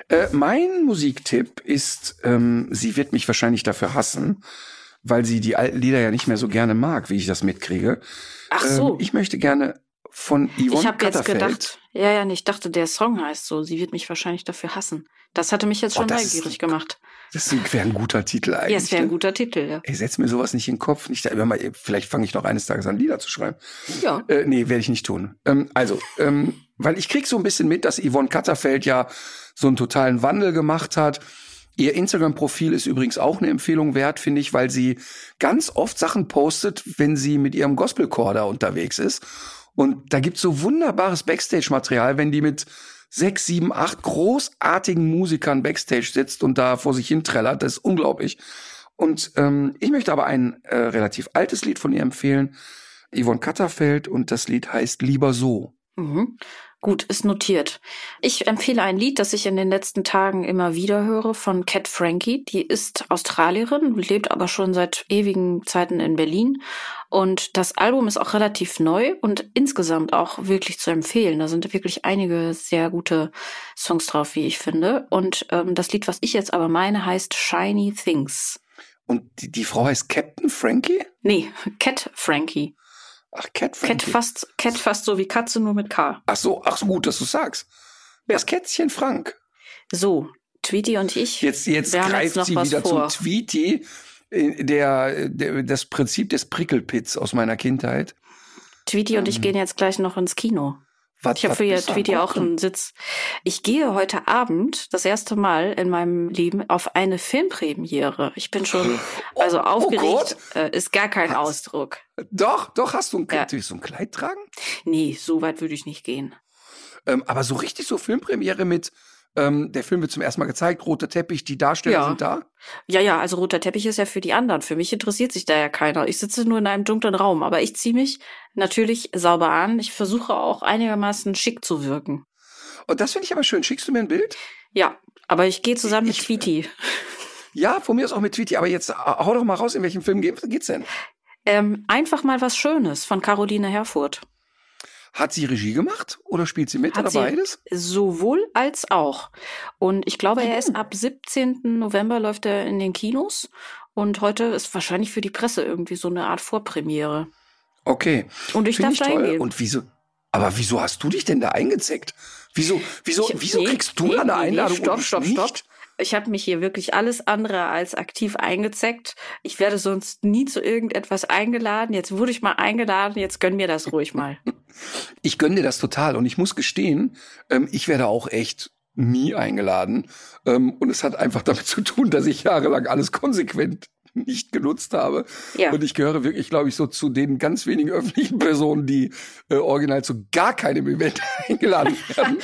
Äh, mein Musiktipp ist, ähm, sie wird mich wahrscheinlich dafür hassen, weil sie die alten Lieder ja nicht mehr so gerne mag, wie ich das mitkriege. Ach so. Ähm, ich möchte gerne von Yvonne Ich habe jetzt Katterfeld. gedacht, ja, ja, nee, ich dachte, der Song heißt so, sie wird mich wahrscheinlich dafür hassen. Das hatte mich jetzt Oh, schon das ist- neugierig gemacht. Das wäre ein guter Titel eigentlich. Ja, es wäre ein ne? guter Titel, ja. Ey, setz mir sowas nicht in den Kopf. Nicht, da- mal, vielleicht fange ich noch eines Tages an, Lieder zu schreiben. Ja. Äh, nee, werde ich nicht tun. Ähm, also, ähm, weil ich krieg so ein bisschen mit, dass Yvonne Katterfeld ja so einen totalen Wandel gemacht hat. Ihr Instagram-Profil ist übrigens auch eine Empfehlung wert, finde ich, weil sie ganz oft Sachen postet, wenn sie mit ihrem Gospelchor da unterwegs ist. Und da gibt's so wunderbares Backstage-Material, wenn die mit sechs, sieben, acht großartigen Musikern Backstage sitzt und da vor sich hin trällert. Das ist unglaublich. Und ähm, ich möchte aber ein äh, relativ altes Lied von ihr empfehlen. Yvonne Katterfeld, und das Lied heißt Lieber so. Mhm. Gut, ist notiert. Ich empfehle ein Lied, das ich in den letzten Tagen immer wieder höre, von Cat Frankie. Die ist Australierin, lebt aber schon seit ewigen Zeiten in Berlin. Und das Album ist auch relativ neu und insgesamt auch wirklich zu empfehlen. Da sind wirklich einige sehr gute Songs drauf, wie ich finde. Und ähm, das Lied, was ich jetzt aber meine, heißt Shiny Things. Und die, die Frau heißt Captain Frankie? Nee, Cat Frankie. Ach, Cat Frankie. Cat fast, Cat fast so wie Katze, nur mit K. Ach so, ach so, gut, dass du sagst. Wer ist Kätzchen Frank? So, Tweety und ich. Jetzt, jetzt wir haben greift jetzt noch sie was wieder vor. zum Tweety, äh, der, der, das Prinzip des Prickelpits aus meiner Kindheit. Tweety und ich gehen jetzt gleich noch ins Kino. Was, Ich habe was für bist du am Tweety auch Kochen? einen Sitz. Ich gehe heute Abend das erste Mal in meinem Leben auf eine Filmpremiere. Ich bin schon also Oh, oh aufgeregt. äh, ist gar kein Was? Ausdruck. Doch, doch, hast du ein, Ja. natürlich so ein Kleid tragen? Nee, so weit würde ich nicht gehen. Ähm, aber so richtig so Filmpremiere mit, ähm, der Film wird zum ersten Mal gezeigt, roter Teppich, die Darsteller Ja. sind da. Ja, ja, also roter Teppich ist ja für die anderen. Für mich interessiert sich da ja keiner. Ich sitze nur in einem dunklen Raum, aber ich ziehe mich natürlich sauber an. Ich versuche auch einigermaßen schick zu wirken. Und das finde ich aber schön. Schickst du mir ein Bild? Ja, aber ich gehe zusammen mit Ich- Tweety. Ja, von mir aus auch mit Tweety. Aber jetzt hau doch mal raus, in welchem Film geht, geht's denn? Ähm, einfach mal was Schönes von Caroline Herfurth. Hat sie Regie gemacht oder spielt sie mit Hat oder sie- beides? Sowohl als auch. Und ich glaube, er ist ab siebzehnten November läuft er in den Kinos. Und heute ist wahrscheinlich für die Presse irgendwie so eine Art Vorpremiere. Okay. Und ich Find darf da toll. hingehen. Und wieso? Aber wieso hast du dich denn da eingezeckt? Wieso, wieso, Ich- wieso nee, kriegst du nee, eine nee, nee, Einladung? Stopp, und stopp, nicht? stopp. Ich habe mich hier wirklich alles andere als aktiv eingezeckt. Ich werde sonst nie zu irgendetwas eingeladen. Jetzt wurde ich mal eingeladen, jetzt gönn mir das ruhig mal. Ich gönne dir das total. Und ich muss gestehen, ähm, ich werde auch echt nie eingeladen. Ähm, und es hat einfach damit zu tun, dass ich jahrelang alles konsequent nicht genutzt habe. Ja. Und ich gehöre wirklich, glaube ich, so zu den ganz wenigen öffentlichen Personen, die äh, original zu gar keinem Event eingeladen werden.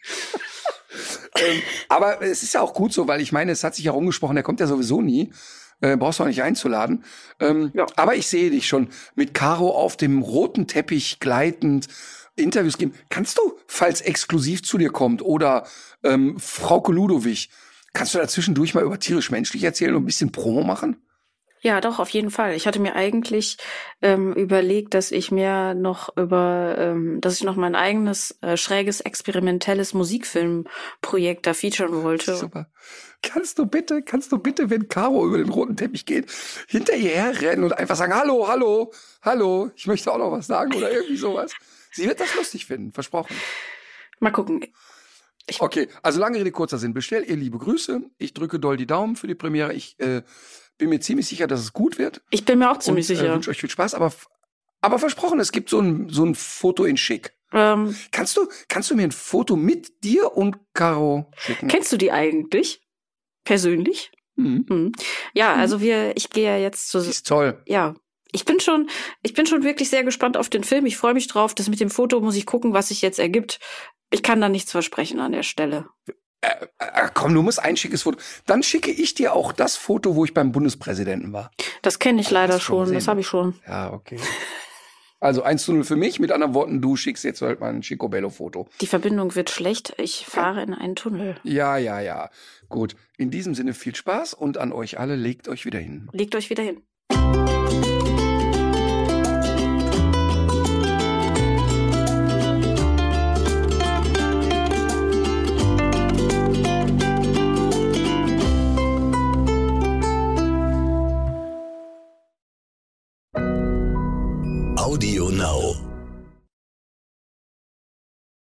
ähm, aber es ist ja auch gut so, weil ich meine, es hat sich ja rumgesprochen, der kommt ja sowieso nie. Äh, brauchst du auch nicht einzuladen. Ähm, Ja. Aber ich sehe dich schon mit Caro auf dem roten Teppich gleitend Interviews geben. Kannst du, falls exklusiv zu dir kommt oder ähm, Frauke Ludowig, kannst du da zwischendurch mal über tierisch-menschlich erzählen und ein bisschen Promo machen? Ja, doch, auf jeden Fall. Ich hatte mir eigentlich ähm, überlegt, dass ich mir noch über, ähm, dass ich noch mein eigenes äh, schräges, experimentelles Musikfilmprojekt da featuren wollte. Super. Kannst du bitte, kannst du bitte, wenn Caro über den roten Teppich geht, hinter ihr herrennen und einfach sagen, hallo, hallo, hallo, ich möchte auch noch was sagen oder irgendwie sowas. Sie wird das lustig finden, versprochen. Mal gucken. Okay, also lange Rede, kurzer Sinn. Bestell ihr liebe Grüße. Ich drücke doll die Daumen für die Premiere. Ich äh, bin mir ziemlich sicher, dass es gut wird. Ich bin mir auch ziemlich und, äh, sicher. wünsche euch viel Spaß, aber, aber versprochen, es gibt so ein, so ein Foto in schick. Ähm, Kannst du, kannst du mir ein Foto mit dir und Caro schicken? kennst du die eigentlich? Persönlich? Mhm. Hm. Ja, also wir, ich gehe ja jetzt zu, Die ist toll. ja. Ich bin schon, ich bin schon wirklich sehr gespannt auf den Film. Ich freue mich drauf. Das mit dem Foto muss ich gucken, was sich jetzt ergibt. Ich kann da nichts versprechen an der Stelle. Äh, äh, komm, du musst ein schickes Foto. Dann schicke ich dir auch das Foto, wo ich beim Bundespräsidenten war. Das kenne ich Oh, leider hast du schon schon. gesehen, Das ne? habe ich schon. Ja, okay. Also eins zu null für mich. Mit anderen Worten, du schickst jetzt halt mal ein Schicobello-Foto. Die Verbindung wird schlecht. Ich fahre in einen Tunnel. Ja, ja, ja. Gut. In diesem Sinne viel Spaß und an euch alle, legt euch wieder hin. Legt euch wieder hin. Audio Now.